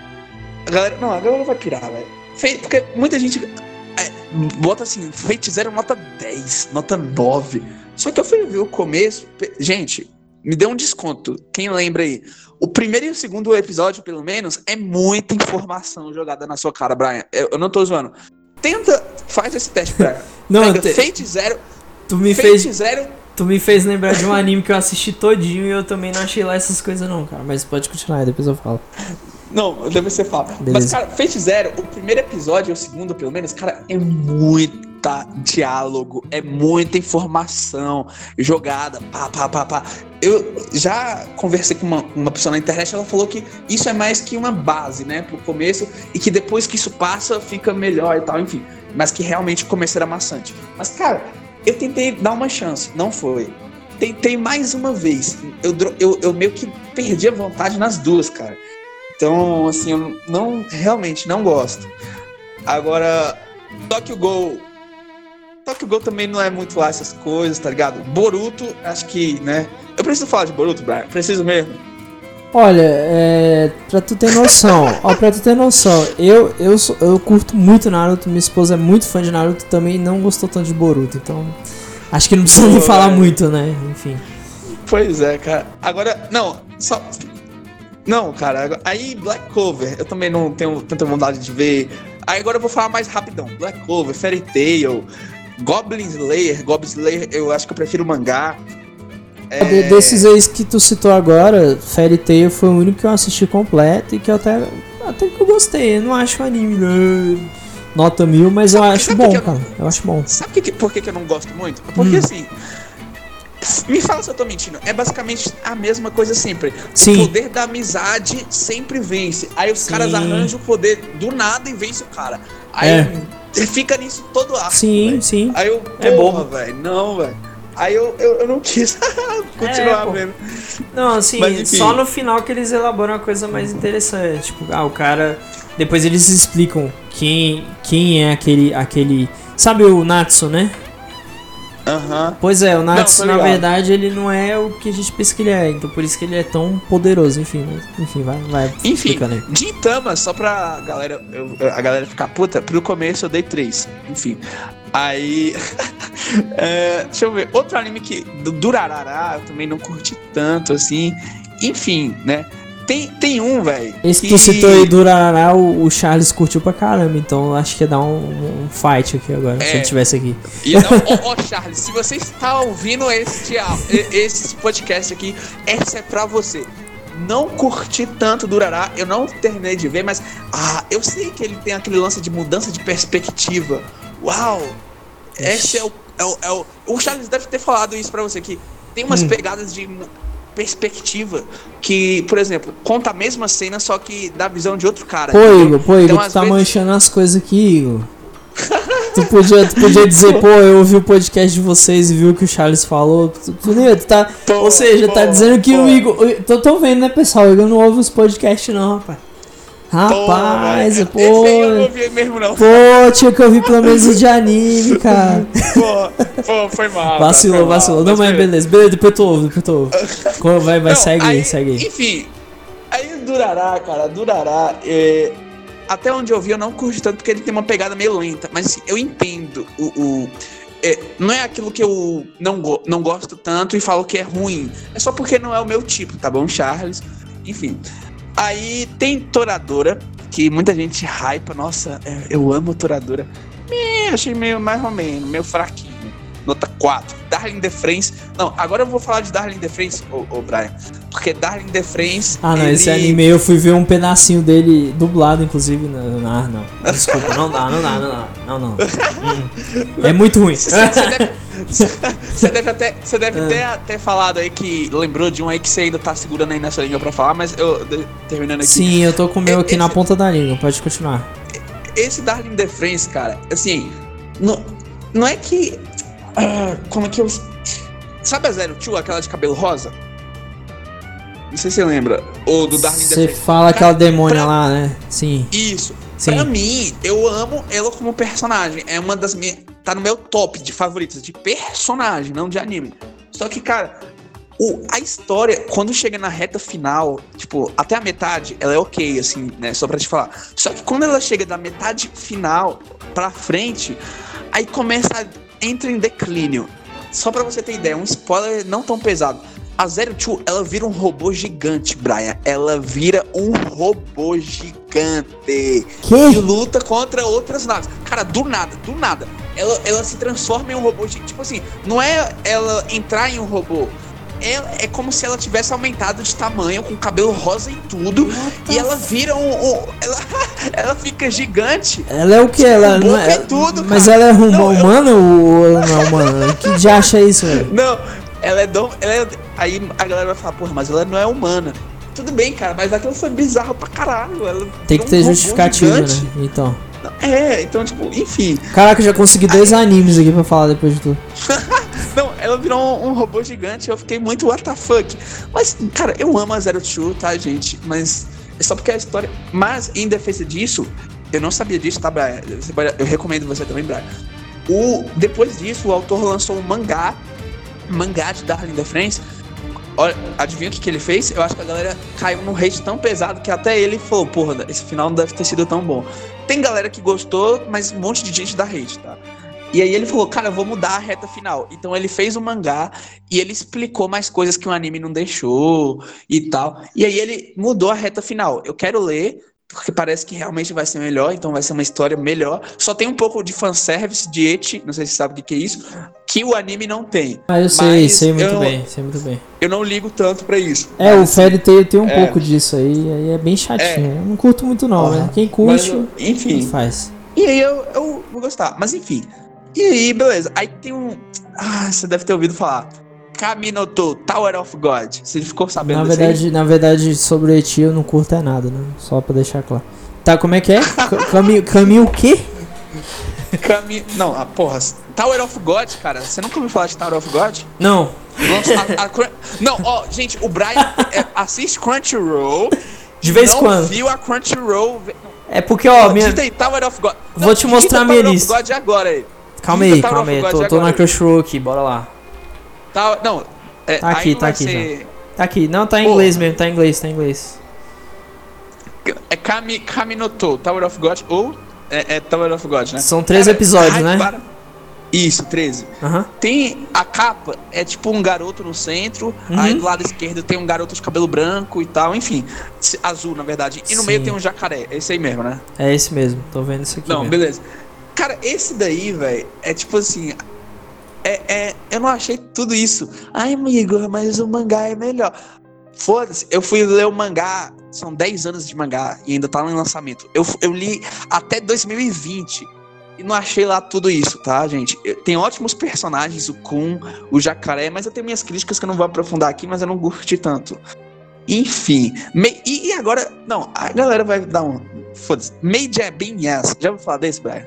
Speaker 1: A galera, não, a galera vai pirar, velho. Fe- Porque muita gente é, bota assim, Fate Zero nota dez, nota nove. Só que eu fui ver o começo. pe- Gente, me deu um desconto. Quem lembra aí? O primeiro e o segundo episódio, pelo menos, é muita informação jogada na sua cara, Brian. Eu, eu não tô zoando. Tenta, faz esse teste, Brian.
Speaker 2: Não,
Speaker 1: Pega
Speaker 2: te-
Speaker 1: Fate Zero,
Speaker 2: Tu me
Speaker 1: Fate
Speaker 2: fez,
Speaker 1: Zero.
Speaker 2: tu me fez lembrar de um anime que eu assisti todinho e eu também não achei lá essas coisas não, cara. Mas pode continuar aí, depois eu falo.
Speaker 1: Não, depois você fala.
Speaker 2: Beleza.
Speaker 1: Mas, cara, Fate Zero, o primeiro episódio e o segundo, pelo menos, cara, é muita diálogo, é muita informação jogada, pá, pá, pá, pá. Eu já conversei com uma, uma pessoa na internet, ela falou que isso é mais que uma base, né, pro começo, e que depois que isso passa, fica melhor e tal, enfim. Mas que realmente o começo era maçante. Mas, cara, eu tentei dar uma chance, não foi. Tentei mais uma vez. Eu, dro- eu, eu meio que perdi a vontade nas duas, cara. Então, assim, eu não, realmente não gosto. Agora, Tokyo Ghoul. Tokyo Ghoul também não é muito lá essas coisas, tá ligado? Boruto, acho que, né? Eu preciso falar de Boruto, Brian? Preciso mesmo.
Speaker 2: Olha, é, pra tu ter noção, ó, pra tu ter noção, eu, eu, sou, eu curto muito Naruto, minha esposa é muito fã de Naruto, também não gostou tanto de Boruto, então acho que não precisa nem falar muito, né, enfim.
Speaker 1: Pois é, cara. Agora, não, só... Não, cara, aí Black Clover, eu também não tenho tanta vontade de ver. Aí agora eu vou falar mais rapidão. Black Clover, Fairy Tail, Goblin Slayer, Goblin Slayer, eu acho que eu prefiro o mangá.
Speaker 2: É... Desses aí que tu citou agora, Fairy Tail foi o único que eu assisti completo e que eu até, até que eu gostei. Eu não acho um anime né? nota mil, mas sabe, eu acho bom, eu, cara. Eu acho bom.
Speaker 1: Sabe que, por que, que eu não gosto muito? Porque hum. assim, me fala se eu tô mentindo, é basicamente a mesma coisa sempre.
Speaker 2: Sim.
Speaker 1: O poder da amizade sempre vence. Aí os Sim. caras arranjam o poder do nada e vence o cara. Aí é. fica nisso todo arco.
Speaker 2: Sim,
Speaker 1: véio.
Speaker 2: sim.
Speaker 1: Aí eu,
Speaker 2: é bom,
Speaker 1: velho. Não, velho. Aí eu, eu, eu não quis continuar é, vendo.
Speaker 2: Não, assim, Mas, só no final que eles elaboram uma coisa mais interessante. Tipo, ah, o cara. Depois eles explicam quem, quem é aquele, aquele. Sabe o Natsu, né?
Speaker 1: Aham. Uhum.
Speaker 2: Pois é, o Natsu, na verdade, ele não é o que a gente pensa que ele é. Então por isso que ele é tão poderoso, enfim. Mas, enfim, vai, vai
Speaker 1: enfim,
Speaker 2: explicando aí.
Speaker 1: Gintama, só pra galera, eu, a galera ficar puta, pro começo eu dei três. Enfim. Aí. é, deixa eu ver. Outro anime que. Do Durarara, eu também não curti tanto, assim. Enfim, né? Tem, tem um, velho.
Speaker 2: Esse que tu citou aí, Durarara, o, o Charles curtiu pra caramba. Então acho que ia dar um, um fight aqui agora, é, se ele tivesse aqui.
Speaker 1: Ia dar um, ó, ó, Charles, se você está ouvindo este, esse podcast aqui, essa é pra você. Não curti tanto Durarara, eu não terminei de ver, mas ah, eu sei que ele tem aquele lance de mudança de perspectiva. Uau! Esse é o, é o, é o. O Charles deve ter falado isso pra você, que tem umas hum. pegadas de perspectiva que, por exemplo, conta a mesma cena, só que da visão de outro cara.
Speaker 2: Pô, Igor, pô, Igor, então, tu tá vezes... manchando as coisas aqui, Igor. tu, podia, tu podia dizer, pô, eu ouvi o podcast de vocês e viu o que o Charles falou. Tu, tu, tu tá, pô, ou seja, pô, tá dizendo que pô. o Igor. Tô, tô vendo, né, pessoal? O Igor não ouve os podcasts, não, rapaz. Rapaz, pô,
Speaker 1: pô, esse aí eu não ouvi mesmo não.
Speaker 2: Pô, tinha que ouvir pelo menos o de anime, cara.
Speaker 1: Pô, pô, foi mal.
Speaker 2: Vacilou,
Speaker 1: foi
Speaker 2: vacilou.
Speaker 1: Mal,
Speaker 2: não, mas beleza, beleza, depois tu ouve, depois tu ouve. Vai, vai, não, segue aí, segue aí.
Speaker 1: Enfim, aí Durarara, cara, Durarara, é, até onde eu vi eu não curti tanto porque ele tem uma pegada meio lenta, mas assim, eu entendo o... o é, não é aquilo que eu não, go- não gosto tanto e falo que é ruim, é só porque não é o meu tipo, tá bom, Charles? Enfim... Aí tem Toradora, que muita gente hypa, nossa, eu amo Toradora. Me achei meio mais ou menos, meio fraquinho. Nota quatro. Darling in the Franxx. Não, agora eu vou falar de Darling in the Franxx, ô, ô Brian. Porque Darling in the Franxx.
Speaker 2: Ah, não,
Speaker 1: ele...
Speaker 2: esse anime eu fui ver um pedacinho dele dublado, inclusive. Não, não, não. Desculpa, não dá, não dá, não dá. Não, não. Hum. É muito ruim.
Speaker 1: Você deve, você deve até, você deve ah. ter, ter falado aí que lembrou de um aí que você ainda tá segurando aí nessa língua pra falar, mas eu terminando aqui.
Speaker 2: Sim, eu tô com o meu aqui
Speaker 1: esse,
Speaker 2: na ponta da língua, pode continuar.
Speaker 1: Esse Darling in the Franxx, cara, assim, não, não é que. Ah, como é que eu. Sabe a Zero Two, aquela de cabelo rosa? Não sei se você lembra. Ou do Darling in the Franxx.
Speaker 2: Você fala cara, aquela demônia pra... lá, né? Sim.
Speaker 1: Isso.
Speaker 2: Sim.
Speaker 1: Pra mim, eu amo ela como personagem. É uma das minhas. Tá no meu top de favoritas, de personagem, não de anime. Só que, cara, o, a história, quando chega na reta final, tipo, até a metade, ela é ok, assim, né? Só pra te falar. Só que quando ela chega da metade final pra frente, aí começa a entra em declínio. Só pra você ter ideia, um spoiler não tão pesado. A Zero Two, ela vira um robô gigante, Brian. Ela vira um robô gigante.
Speaker 2: Que?
Speaker 1: E luta contra outras naves. Cara, do nada, do nada. Ela, ela se transforma em um robô gigante. Tipo assim, não é ela entrar em um robô. Ela, é como se ela tivesse aumentado de tamanho, com cabelo rosa e tudo. E ela vira um... um ela, ela fica gigante.
Speaker 2: Ela é o que? Ela não é... Tudo, mas ela é uma humana eu... ou ela não é humana? Que de acha isso, velho?
Speaker 1: Não, ela é... Do, ela é aí a galera vai falar, porra, mas ela não é humana. Tudo bem, cara, mas aquilo foi bizarro pra caralho. Ela
Speaker 2: tem que ter um justificativa, né? Então.
Speaker 1: É, então, tipo, enfim.
Speaker 2: Caraca, eu já consegui dois aí... animes aqui pra falar depois de tudo.
Speaker 1: Não, ela virou um, um robô gigante, eu fiquei muito what the fuck. Mas, cara, eu amo a Zero Two, tá, gente? Mas, só porque a história... Mas, em defesa disso, eu não sabia disso, tá, Brian? Eu recomendo você também, Brian. O, depois disso, o autor lançou um mangá, mangá de Darling in the Franxx. Olha, adivinha o que, que ele fez? Eu acho que a galera caiu num hate tão pesado que até ele falou, porra, esse final não deve ter sido tão bom. Tem galera que gostou, mas um monte de gente dá hate, tá? E aí ele falou, cara, eu vou mudar a reta final. Então ele fez o mangá e ele explicou mais coisas que o anime não deixou e tal. E aí ele mudou a reta final. Eu quero ler, porque parece que realmente vai ser melhor, então vai ser uma história melhor. Só tem um pouco de fanservice, de ecchi, não sei se você sabe o que é isso, que o anime não tem.
Speaker 2: Ah, eu sei, sei muito eu, bem, sei muito bem.
Speaker 1: Eu não ligo tanto pra isso.
Speaker 2: É, mas, o Fairy Tail tem um é, pouco disso aí, aí é bem chatinho. É, eu não curto muito não, né? Quem curte,
Speaker 1: eu, enfim,
Speaker 2: faz.
Speaker 1: E aí eu, eu vou gostar, mas enfim... E aí, beleza. Aí tem um... Ah, você deve ter ouvido falar. Kaminoto, Tower of God. Você ficou sabendo
Speaker 2: na verdade, na verdade, sobre o ecchi eu não curto é nada, né? Só pra deixar claro. Tá, como é que é? Caminho, caminho o quê?
Speaker 1: Caminho... Não, ah, porra. Tower of God, cara. Você nunca ouviu falar de Tower of God?
Speaker 2: Não.
Speaker 1: A, a, não, ó, gente, o Brian é, assiste Crunchyroll.
Speaker 2: De vez em quando.
Speaker 1: Não viu a Crunchyroll.
Speaker 2: É porque, ó...
Speaker 1: Não,
Speaker 2: minha...
Speaker 1: Aí, Tower of God.
Speaker 2: Vou não, te mostrar a minha lista.
Speaker 1: Tower of God agora aí.
Speaker 2: Calma aí, calma aí, tô, tô na Crunchyroll aqui, bora lá.
Speaker 1: Tá, não, é,
Speaker 2: tá aqui, tá aqui ser... já. Tá aqui, não, tá em Porra. inglês mesmo, tá em inglês, tá em inglês.
Speaker 1: É Kami, Kaminoto, Tower of God, ou é, é Tower of God, né?
Speaker 2: São treze é, episódios, ai, né? Para...
Speaker 1: Isso, treze.
Speaker 2: Uhum.
Speaker 1: Tem a capa, é tipo um garoto no centro, uhum. Aí do lado esquerdo tem um garoto de cabelo branco e tal, enfim, azul na verdade, e no Sim. meio tem um jacaré, é esse aí mesmo, né?
Speaker 2: É esse mesmo, tô vendo isso aqui
Speaker 1: Não,
Speaker 2: mesmo.
Speaker 1: beleza. Cara, esse daí, velho, é tipo assim... É, é, eu não achei tudo isso. Ai, amigo, mas o mangá é melhor. Foda-se, eu fui ler o mangá... São dez anos de mangá e ainda tá no lançamento. Eu, eu li até dois mil e vinte e não achei lá tudo isso, tá, gente? Eu, tem ótimos personagens, o Kun, o Jacaré, mas eu tenho minhas críticas que eu não vou aprofundar aqui, mas eu não curti tanto. Enfim, me, e, e agora... Não, a galera vai dar um... Foda-se. Made in Yes. Já ouviu falar desse, Brian?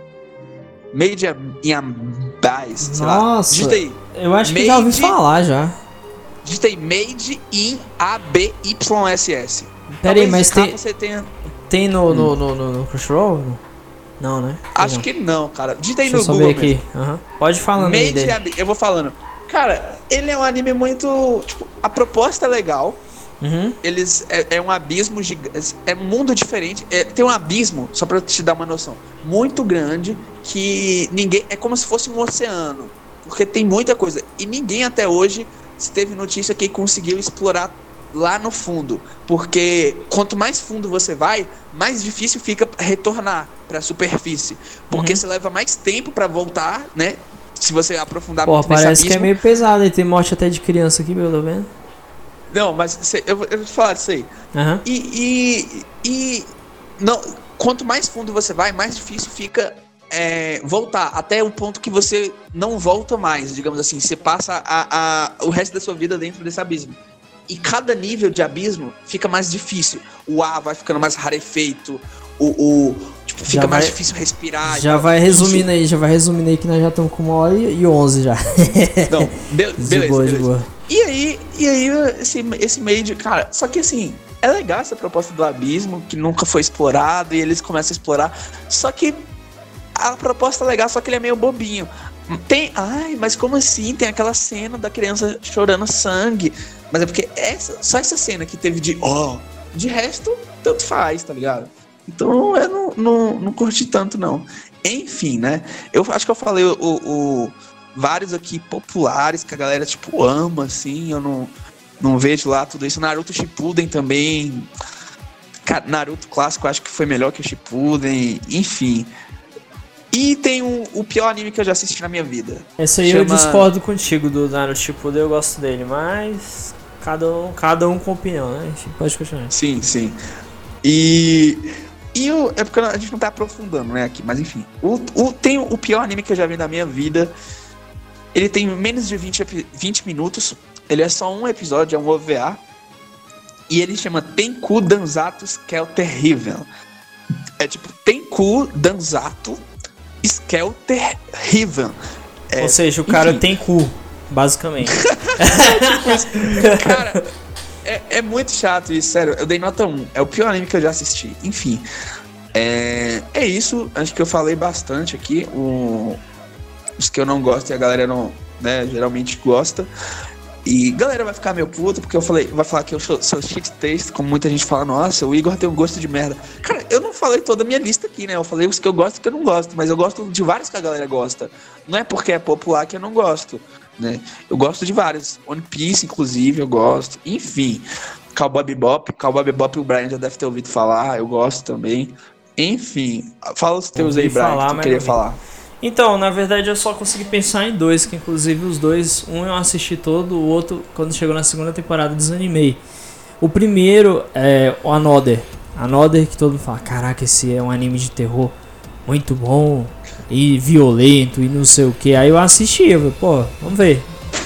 Speaker 1: Made in Abyss, sei
Speaker 2: Nossa,
Speaker 1: lá. Digita aí.
Speaker 2: Eu acho
Speaker 1: Made,
Speaker 2: que já ouvi falar já.
Speaker 1: Digita aí, Made in A B Y S S.
Speaker 2: Pera aí, mas tem,
Speaker 1: você tenha...
Speaker 2: tem no, no, no, no, no Crunchyroll? Não, né? Tem
Speaker 1: acho
Speaker 2: não.
Speaker 1: que não, cara. Digita aí
Speaker 2: Deixa
Speaker 1: no
Speaker 2: eu
Speaker 1: Google
Speaker 2: aqui. Uhum. Pode falando
Speaker 1: Made
Speaker 2: aí dele.
Speaker 1: Ab... Eu vou falando. Cara, ele é um anime muito... Tipo, a proposta é legal.
Speaker 2: Uhum.
Speaker 1: Eles é, é um abismo gigante, é um mundo diferente, é, tem um abismo, só pra te dar uma noção, muito grande, que ninguém, é como se fosse um oceano, porque tem muita coisa, e ninguém até hoje se teve notícia que conseguiu explorar lá no fundo, porque quanto mais fundo você vai, mais difícil fica retornar pra superfície, porque uhum. você leva mais tempo pra voltar, né, se você aprofundar.
Speaker 2: Pô,
Speaker 1: muito
Speaker 2: parece
Speaker 1: nesse abismo.
Speaker 2: Que é meio pesado, e tem morte até de criança aqui, meu, tá vendo?
Speaker 1: Não, mas cê, eu, eu vou falar disso aí.
Speaker 2: Uhum.
Speaker 1: E, e, e não, quanto mais fundo você vai, mais difícil fica é, voltar. Até o ponto que você não volta mais, digamos assim. Você passa a, a, o resto da sua vida dentro desse abismo. E cada nível de abismo fica mais difícil. O ar vai ficando mais rarefeito. O, o, tipo, fica já mais vai, difícil respirar.
Speaker 2: Já vai resumindo aí, já vai resumindo aí que nós já estamos com uma hora e onze já.
Speaker 1: Não, be-
Speaker 2: de
Speaker 1: beleza,
Speaker 2: boa,
Speaker 1: beleza.
Speaker 2: De boa.
Speaker 1: E aí, e aí esse, esse meio de... Cara, só que assim, é legal essa proposta do abismo, que nunca foi explorado, e eles começam a explorar. Só que a proposta é legal, só que ele é meio bobinho. Tem... Ai, mas como assim? Tem aquela cena da criança chorando sangue. Mas é porque essa, só essa cena que teve de... Oh, de resto, tanto faz, tá ligado? Então eu não, não, não curti tanto, não. Enfim, né? Eu acho que eu falei o... o vários aqui populares que a galera, tipo, ama, assim, eu não, não vejo lá tudo isso. Naruto Shippuden também. Cara, Naruto clássico acho que foi melhor que o Shippuden, enfim. E tem um, o pior anime que eu já assisti na minha vida.
Speaker 2: Esse aí Chama... eu discordo contigo do Naruto Shippuden, eu gosto dele, mas cada um, cada um com opinião, né? Enfim, pode continuar.
Speaker 1: Sim, sim. E... E o, é porque a gente não tá aprofundando, né, aqui, mas enfim. O, o, tem o pior anime que eu já vi na minha vida. Ele tem menos de vinte, vinte minutos. Ele é só um episódio, é um O V A. E ele chama Tenku Danzatsu Skelterriven. É tipo Tenku Danzatsu Skelterriven. É,
Speaker 2: ou seja, o cara enfim. Tem cu, basicamente.
Speaker 1: É, tipo, cara, é, é muito chato isso, sério. Eu dei nota um. É o pior anime que eu já assisti. Enfim. É, é isso. Acho que eu falei bastante aqui. O, os que eu não gosto e a galera não, né, geralmente gosta. E galera vai ficar meio puta porque eu falei, vai falar que eu sou, sou shit taste, como muita gente fala, nossa, o Igor tem um gosto de merda. Cara, eu não falei toda a minha lista aqui, né? Eu falei os que eu gosto e os que eu não gosto, mas eu gosto de vários que a galera gosta. Não é porque é popular que eu não gosto, né? Eu gosto de vários. One Piece, inclusive, eu gosto. Enfim, Cowboy Bebop, Cowboy Bebop o Brian já deve ter ouvido falar, eu gosto também. Enfim, fala os teus aí, Brian,
Speaker 2: falar,
Speaker 1: que tu queria falar.
Speaker 2: Então, na verdade eu só consegui pensar em dois, que inclusive os dois, um eu assisti todo, o outro, quando chegou na segunda temporada, desanimei. O primeiro é o Another. Another, que todo mundo fala, caraca, esse é um anime de terror muito bom e violento e não sei o que. Aí eu assisti, eu falei, pô, vamos ver.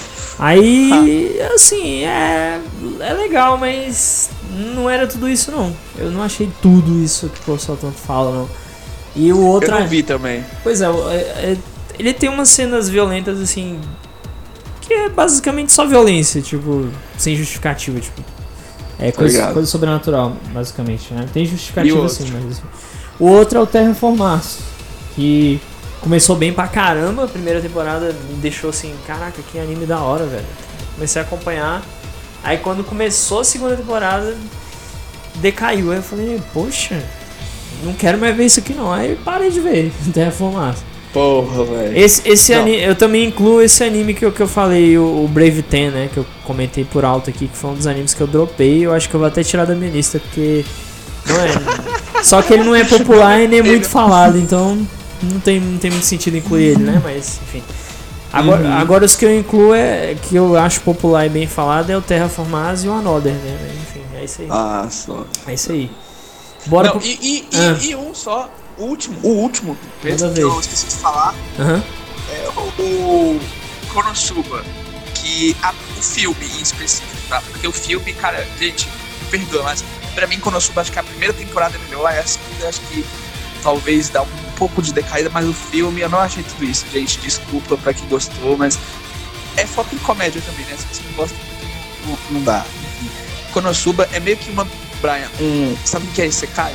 Speaker 2: Aí, assim, é, é legal, mas não era tudo isso não. Eu não achei tudo isso que o pessoal tanto fala, não. E o outro.
Speaker 1: Eu não vi também.
Speaker 2: Pois é, é, ele tem umas cenas violentas assim. Que é basicamente só violência, tipo, sem justificativa, tipo. É coisa, coisa sobrenatural, basicamente, né? Tem justificativa assim, mas assim. O outro é o Terraformars, que começou bem pra caramba, a primeira temporada me deixou assim, caraca, que anime da hora, velho. Comecei a acompanhar. Aí quando começou a segunda temporada, decaiu. Aí eu falei, poxa. Não quero mais ver isso aqui não. Aí parei de ver Terraformars.
Speaker 1: Porra, velho.
Speaker 2: Esse, esse anime, eu também incluo esse anime que eu, que eu falei, o, o Brave Ten, né? Que eu comentei por alto aqui, que foi um dos animes que eu dropei. Eu acho que eu vou até tirar da minha lista, porque não é. Só que ele não é popular e nem muito falado, então não tem, não tem muito sentido incluir ele, né? Mas, enfim. Agora, uhum. agora os que eu incluo é que eu acho popular e bem falado é o Terraformars e o Another, né? Enfim, é isso aí.
Speaker 1: Ah, só.
Speaker 2: É isso aí. Bora
Speaker 1: não,
Speaker 2: pro...
Speaker 1: e, e,
Speaker 2: ah.
Speaker 1: e, e um só, o último, o último, que eu esqueci de falar,
Speaker 2: uhum.
Speaker 1: é o, o Konosuba, que a, o filme em específico, tá? Porque o filme, cara, gente, perdoa, mas pra mim Konosuba, acho que a primeira temporada é melhor, a segunda acho que talvez dá um pouco de decaída, mas o filme eu não achei tudo isso, gente, desculpa pra quem gostou, mas é foco em comédia também, né? Se você não gosta, não, não dá. Enfim, Konosuba é meio que uma... Brian, um, sabe o que é Isekai?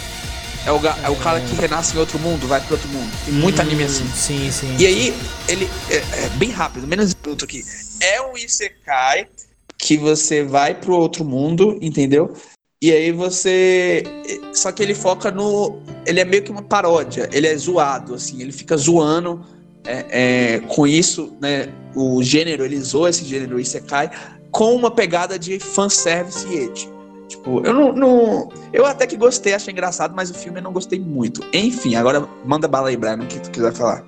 Speaker 1: É o, é o cara que renasce em outro mundo, vai para outro mundo. Tem muito hum, anime assim.
Speaker 2: Sim, sim.
Speaker 1: E aí, ele é, é bem rápido, menos de minuto aqui. É um Isekai que você vai pro outro mundo, entendeu? E aí você... Só que ele foca no... Ele é meio que uma paródia. Ele é zoado, assim. Ele fica zoando é, é, com isso, né? O gênero, ele zoa esse gênero Isekai com uma pegada de fanservice e edge. Tipo, eu não, não... Eu até que gostei, achei engraçado, mas o filme eu não gostei muito. Enfim, agora manda bala aí, Brian, o que tu quiser falar.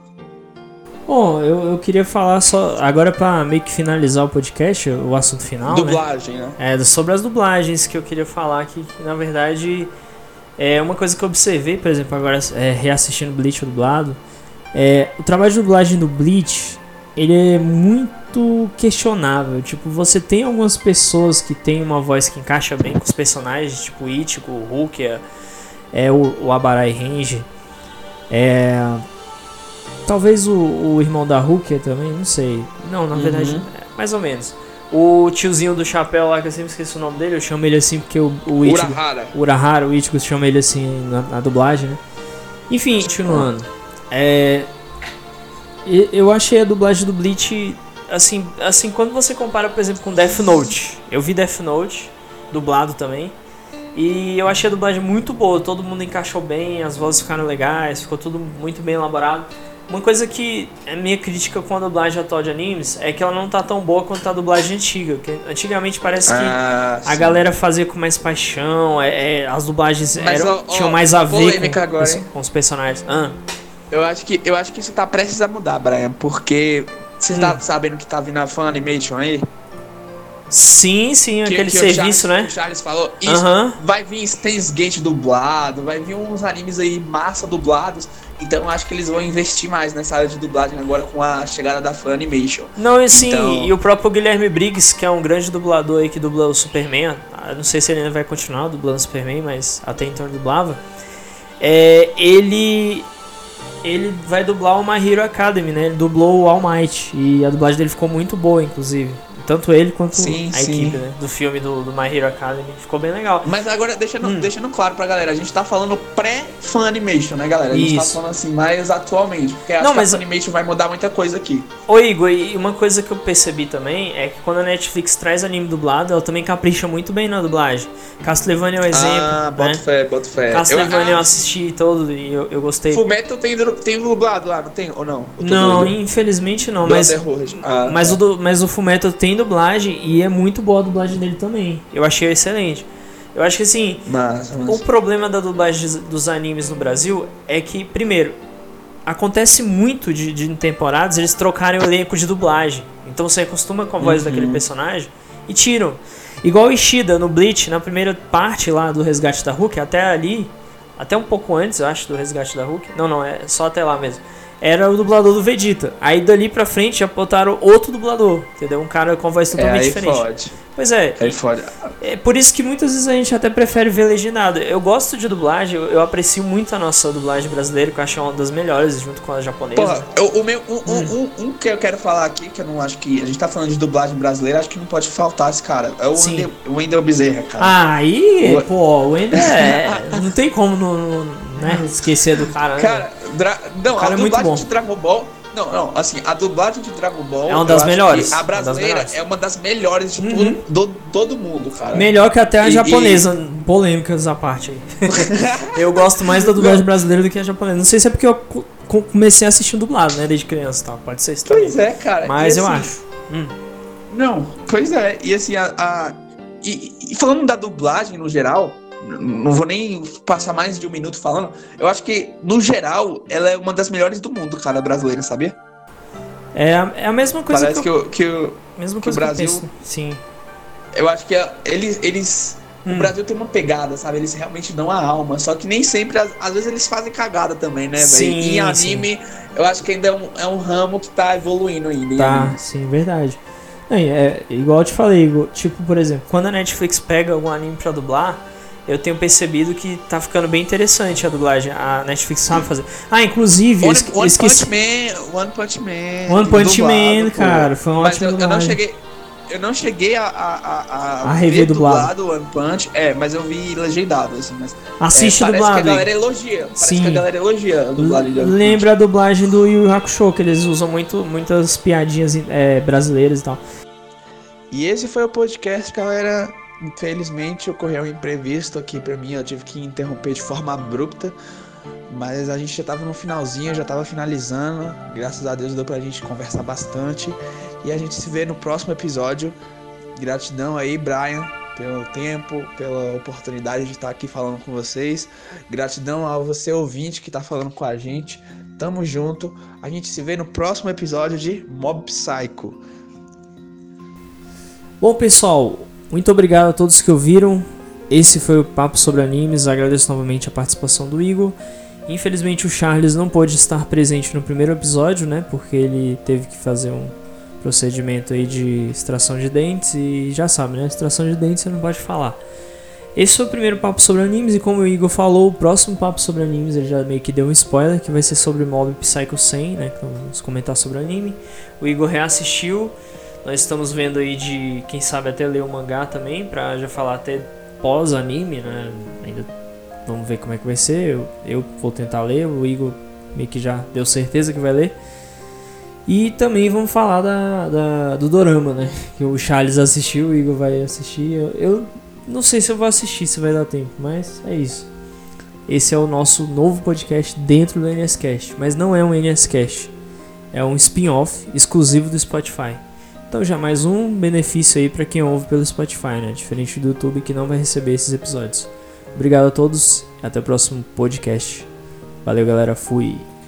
Speaker 2: Bom, eu, eu queria falar só... Agora pra meio que finalizar o podcast, o assunto final,
Speaker 1: Dublagem,
Speaker 2: né?
Speaker 1: né?
Speaker 2: É, sobre as dublagens que eu queria falar aqui, que na verdade... É uma coisa que eu observei, por exemplo, agora é, reassistindo Bleach dublado. É, o trabalho de dublagem do Bleach, ele é muito questionável. Tipo, você tem algumas pessoas que tem uma voz que encaixa bem com os personagens, tipo o Ichigo, o Rukia, é, o, o Abarai Range, é, talvez o, o irmão da Rukia também, não sei. Não, na uhum. verdade, é, mais ou menos. O tiozinho do chapéu lá, que eu sempre esqueci o nome dele, eu chamo ele assim porque o, o Ichigo...
Speaker 1: Urahara.
Speaker 2: Urahara, o Ichigo chama ele assim na, na dublagem, né? Enfim, continuando. É... Eu achei a dublagem do Bleach, assim, assim, quando você compara, por exemplo, com Death Note. Eu vi Death Note, dublado também, e eu achei a dublagem muito boa, todo mundo encaixou bem, as vozes ficaram legais, ficou tudo muito bem elaborado. Uma coisa que é minha crítica com a dublagem atual de animes é que ela não tá tão boa quanto a dublagem antiga. Que antigamente parece que ah, a galera fazia com mais paixão, é, é, as dublagens
Speaker 1: Mas,
Speaker 2: eram,
Speaker 1: ó,
Speaker 2: tinham
Speaker 1: ó,
Speaker 2: mais a ver com,
Speaker 1: agora,
Speaker 2: com, com os personagens. Ah.
Speaker 1: Eu acho que, eu acho que isso tá prestes a mudar, Brian, porque você hum. tá sabendo que tá vindo a Fan Animation aí?
Speaker 2: Sim, sim,
Speaker 1: que,
Speaker 2: aquele
Speaker 1: que
Speaker 2: serviço,
Speaker 1: o Charles,
Speaker 2: né?
Speaker 1: O Charles falou, isso, uh-huh. vai vir Steins Gate dublado, vai vir uns animes aí massa dublados, então eu acho que eles vão investir mais nessa área de dublagem agora com a chegada da Fan Animation.
Speaker 2: Não, e sim,
Speaker 1: então...
Speaker 2: e o próprio Guilherme Briggs, que é um grande dublador aí que dubla o Superman, eu não sei se ele ainda vai continuar dublando o Superman, mas até então ele dublava, é, ele... Ele vai dublar o My Hero Academy, né? Ele dublou o All Might e a dublagem dele ficou muito boa, inclusive. Tanto ele quanto
Speaker 1: sim,
Speaker 2: a
Speaker 1: sim.
Speaker 2: equipe, né, do filme do, do My Hero Academy. Ficou bem legal.
Speaker 1: Mas agora, deixando,
Speaker 2: Hum.
Speaker 1: deixando claro pra galera, a gente tá falando pré-Fan Animation, né, galera? A gente
Speaker 2: Isso.
Speaker 1: tá falando assim, mais atualmente. Porque acho
Speaker 2: Não,
Speaker 1: que
Speaker 2: mas-
Speaker 1: a Fan Animation vai mudar muita coisa aqui.
Speaker 2: Ô Igor, e uma coisa que eu percebi também é que quando a Netflix traz anime dublado, ela também capricha muito bem na dublagem. Castlevania é um exemplo,
Speaker 1: ah, bota
Speaker 2: né?
Speaker 1: fé, bota fé.
Speaker 2: Castlevania eu
Speaker 1: ah,
Speaker 2: assisti todo e eu, eu gostei.
Speaker 1: Fullmetal tem, tem dublado lá, não tem? Ou não? Eu tô
Speaker 2: Não,
Speaker 1: doido.
Speaker 2: infelizmente não, mas,
Speaker 1: Brotherhood. Ah,
Speaker 2: mas,
Speaker 1: tá.
Speaker 2: o do, mas o Fullmetal tem dublagem e é muito boa a dublagem dele também. Eu achei excelente. Eu acho que assim,
Speaker 1: Massa, massa.
Speaker 2: o problema da dublagem dos animes no Brasil é que, primeiro, acontece muito de, de em temporadas eles trocarem o elenco de dublagem. Então você acostuma com a voz
Speaker 1: Uhum.
Speaker 2: daquele personagem e tiram. Igual o Ishida no Bleach, na primeira parte lá do Resgate da Hulk, até ali, até um pouco antes, eu acho, do Resgate da Hulk. Não, não, é só até lá mesmo. Era o dublador do Vegeta. Aí dali pra frente já botaram outro dublador, entendeu? Um cara com a voz
Speaker 1: É,
Speaker 2: totalmente
Speaker 1: aí
Speaker 2: diferente.
Speaker 1: fode.
Speaker 2: Pois é,
Speaker 1: Aí fode.
Speaker 2: é por isso que muitas vezes a gente até prefere ver legendado. Eu gosto de dublagem, eu, eu aprecio muito a nossa dublagem brasileira, que eu acho uma das melhores, junto com a japonesa.
Speaker 1: Porra, eu- o meu, um, um,
Speaker 2: Hum.
Speaker 1: um, um que eu quero falar aqui, que eu não acho que. A gente tá falando de dublagem brasileira, acho que não pode faltar esse cara. É o
Speaker 2: Sim.
Speaker 1: Wendel, o Wendel Bezerra, cara.
Speaker 2: Ah, aí,
Speaker 1: O-
Speaker 2: pô, o Wendel é. Não tem como não, não, né, esquecer do cara, né?
Speaker 1: Cara, dra- não,
Speaker 2: O cara
Speaker 1: a
Speaker 2: é muito
Speaker 1: dublagem
Speaker 2: bom.
Speaker 1: de Dragon Ball. Não, não, assim, a dublagem de Dragon Ball.
Speaker 2: É uma
Speaker 1: eu
Speaker 2: das
Speaker 1: acho
Speaker 2: melhores,
Speaker 1: que A
Speaker 2: uma das
Speaker 1: brasileira
Speaker 2: melhores.
Speaker 1: é uma das melhores de
Speaker 2: Uhum.
Speaker 1: tudo, do, todo mundo, cara.
Speaker 2: Melhor que até a
Speaker 1: E-
Speaker 2: japonesa, polêmicas à parte aí. Eu gosto mais da dublagem brasileira do que a japonesa. Não sei se é porque eu co- co- comecei a assistir dublado, né, desde criança e tal. Pode ser isso também.
Speaker 1: Pois é, cara.
Speaker 2: Mas
Speaker 1: e,
Speaker 2: eu
Speaker 1: assim,
Speaker 2: acho. Hum.
Speaker 1: Não, pois é. E assim, a. a- e, e falando da dublagem no geral, n- não vou nem passar mais de um minuto falando. Eu acho que, no geral, ela é uma das melhores do mundo, cara, brasileira, sabia?
Speaker 2: É, a, é a mesma coisa
Speaker 1: Parece
Speaker 2: que
Speaker 1: que,
Speaker 2: eu,
Speaker 1: eu, que eu,
Speaker 2: mesma
Speaker 1: que o
Speaker 2: coisa
Speaker 1: Brasil-
Speaker 2: que eu penso. Sim.
Speaker 1: eu acho que a- eles. eles
Speaker 2: Hum.
Speaker 1: O Brasil tem uma pegada, sabe? Eles realmente dão a alma. Só que nem sempre, às, às vezes, eles fazem cagada também, né, velho?
Speaker 2: Sim,
Speaker 1: E em anime, eu acho que ainda é um, é um ramo que tá evoluindo ainda. em
Speaker 2: Tá,
Speaker 1: anime.
Speaker 2: sim, verdade. Não, e é igual eu te falei, Igor, tipo, por exemplo, quando a Netflix pega algum anime pra dublar, eu tenho percebido que tá ficando bem interessante a dublagem. A Netflix sabe fazer. Ah, inclusive, eu
Speaker 1: One,
Speaker 2: esque-
Speaker 1: One
Speaker 2: esqueci.
Speaker 1: Punch Man, One Punch Man.
Speaker 2: One Punch
Speaker 1: dublado,
Speaker 2: Man,
Speaker 1: pô.
Speaker 2: cara, foi uma
Speaker 1: Mas
Speaker 2: ótima
Speaker 1: eu, eu não
Speaker 2: dublagem.
Speaker 1: cheguei. Eu não cheguei a, a, a,
Speaker 2: A rever
Speaker 1: ver
Speaker 2: dublado.
Speaker 1: One Punch, é, mas eu vi legendado, assim, mas
Speaker 2: Assiste
Speaker 1: é, parece
Speaker 2: dublado.
Speaker 1: que a galera
Speaker 2: Igor.
Speaker 1: elogia, parece
Speaker 2: Sim.
Speaker 1: que a galera elogia a dublagem de One Punch.
Speaker 2: Lembra a dublagem do Yu Yu Hakusho, que eles usam muito, muitas piadinhas é, brasileiras e tal.
Speaker 1: E esse foi o podcast, galera. Infelizmente ocorreu um imprevisto aqui pra mim, eu tive que interromper de forma abrupta. Mas a gente já tava no finalzinho, já tava finalizando. Graças a Deus deu pra gente conversar bastante. E a gente se vê no próximo episódio. Gratidão aí, Brian, pelo tempo, pela oportunidade de estar aqui falando com vocês. Gratidão a você, ouvinte, que tá falando com a gente. Tamo junto. A gente se vê no próximo episódio de Mob Psycho.
Speaker 2: Bom, pessoal, muito obrigado a todos que ouviram. Esse foi o Papo sobre Animes. Agradeço novamente a participação do Igor. Infelizmente o Charles não pôde estar presente no primeiro episódio, né? Porque ele teve que fazer um procedimento aí de extração de dentes. E já sabe, né? Extração de dentes você não pode falar. Esse foi o primeiro Papo sobre Animes. E como o Igor falou, o próximo Papo sobre Animes ele já meio que deu um spoiler, que vai ser sobre Mob Psycho cem, né? Então vamos comentar sobre o anime. O Igor reassistiu. Nós estamos vendo aí de, quem sabe, até ler o mangá também, pra já falar até pós-anime, né? Ainda vamos ver como é que vai ser. Eu, eu vou tentar ler, o Igor meio que já deu certeza que vai ler. E também vamos falar da, da, do dorama, né? Que o Charles assistiu, o Igor vai assistir. Eu, eu não sei se eu vou assistir, se vai dar tempo, mas é isso. Esse é o nosso novo podcast dentro do NSCast, mas não é um NSCast. É um spin-off exclusivo do Spotify. Então já mais um benefício aí para quem ouve pelo Spotify, né? Diferente do YouTube que não vai receber esses episódios. Obrigado a todos e até o próximo podcast. Valeu, galera. Fui.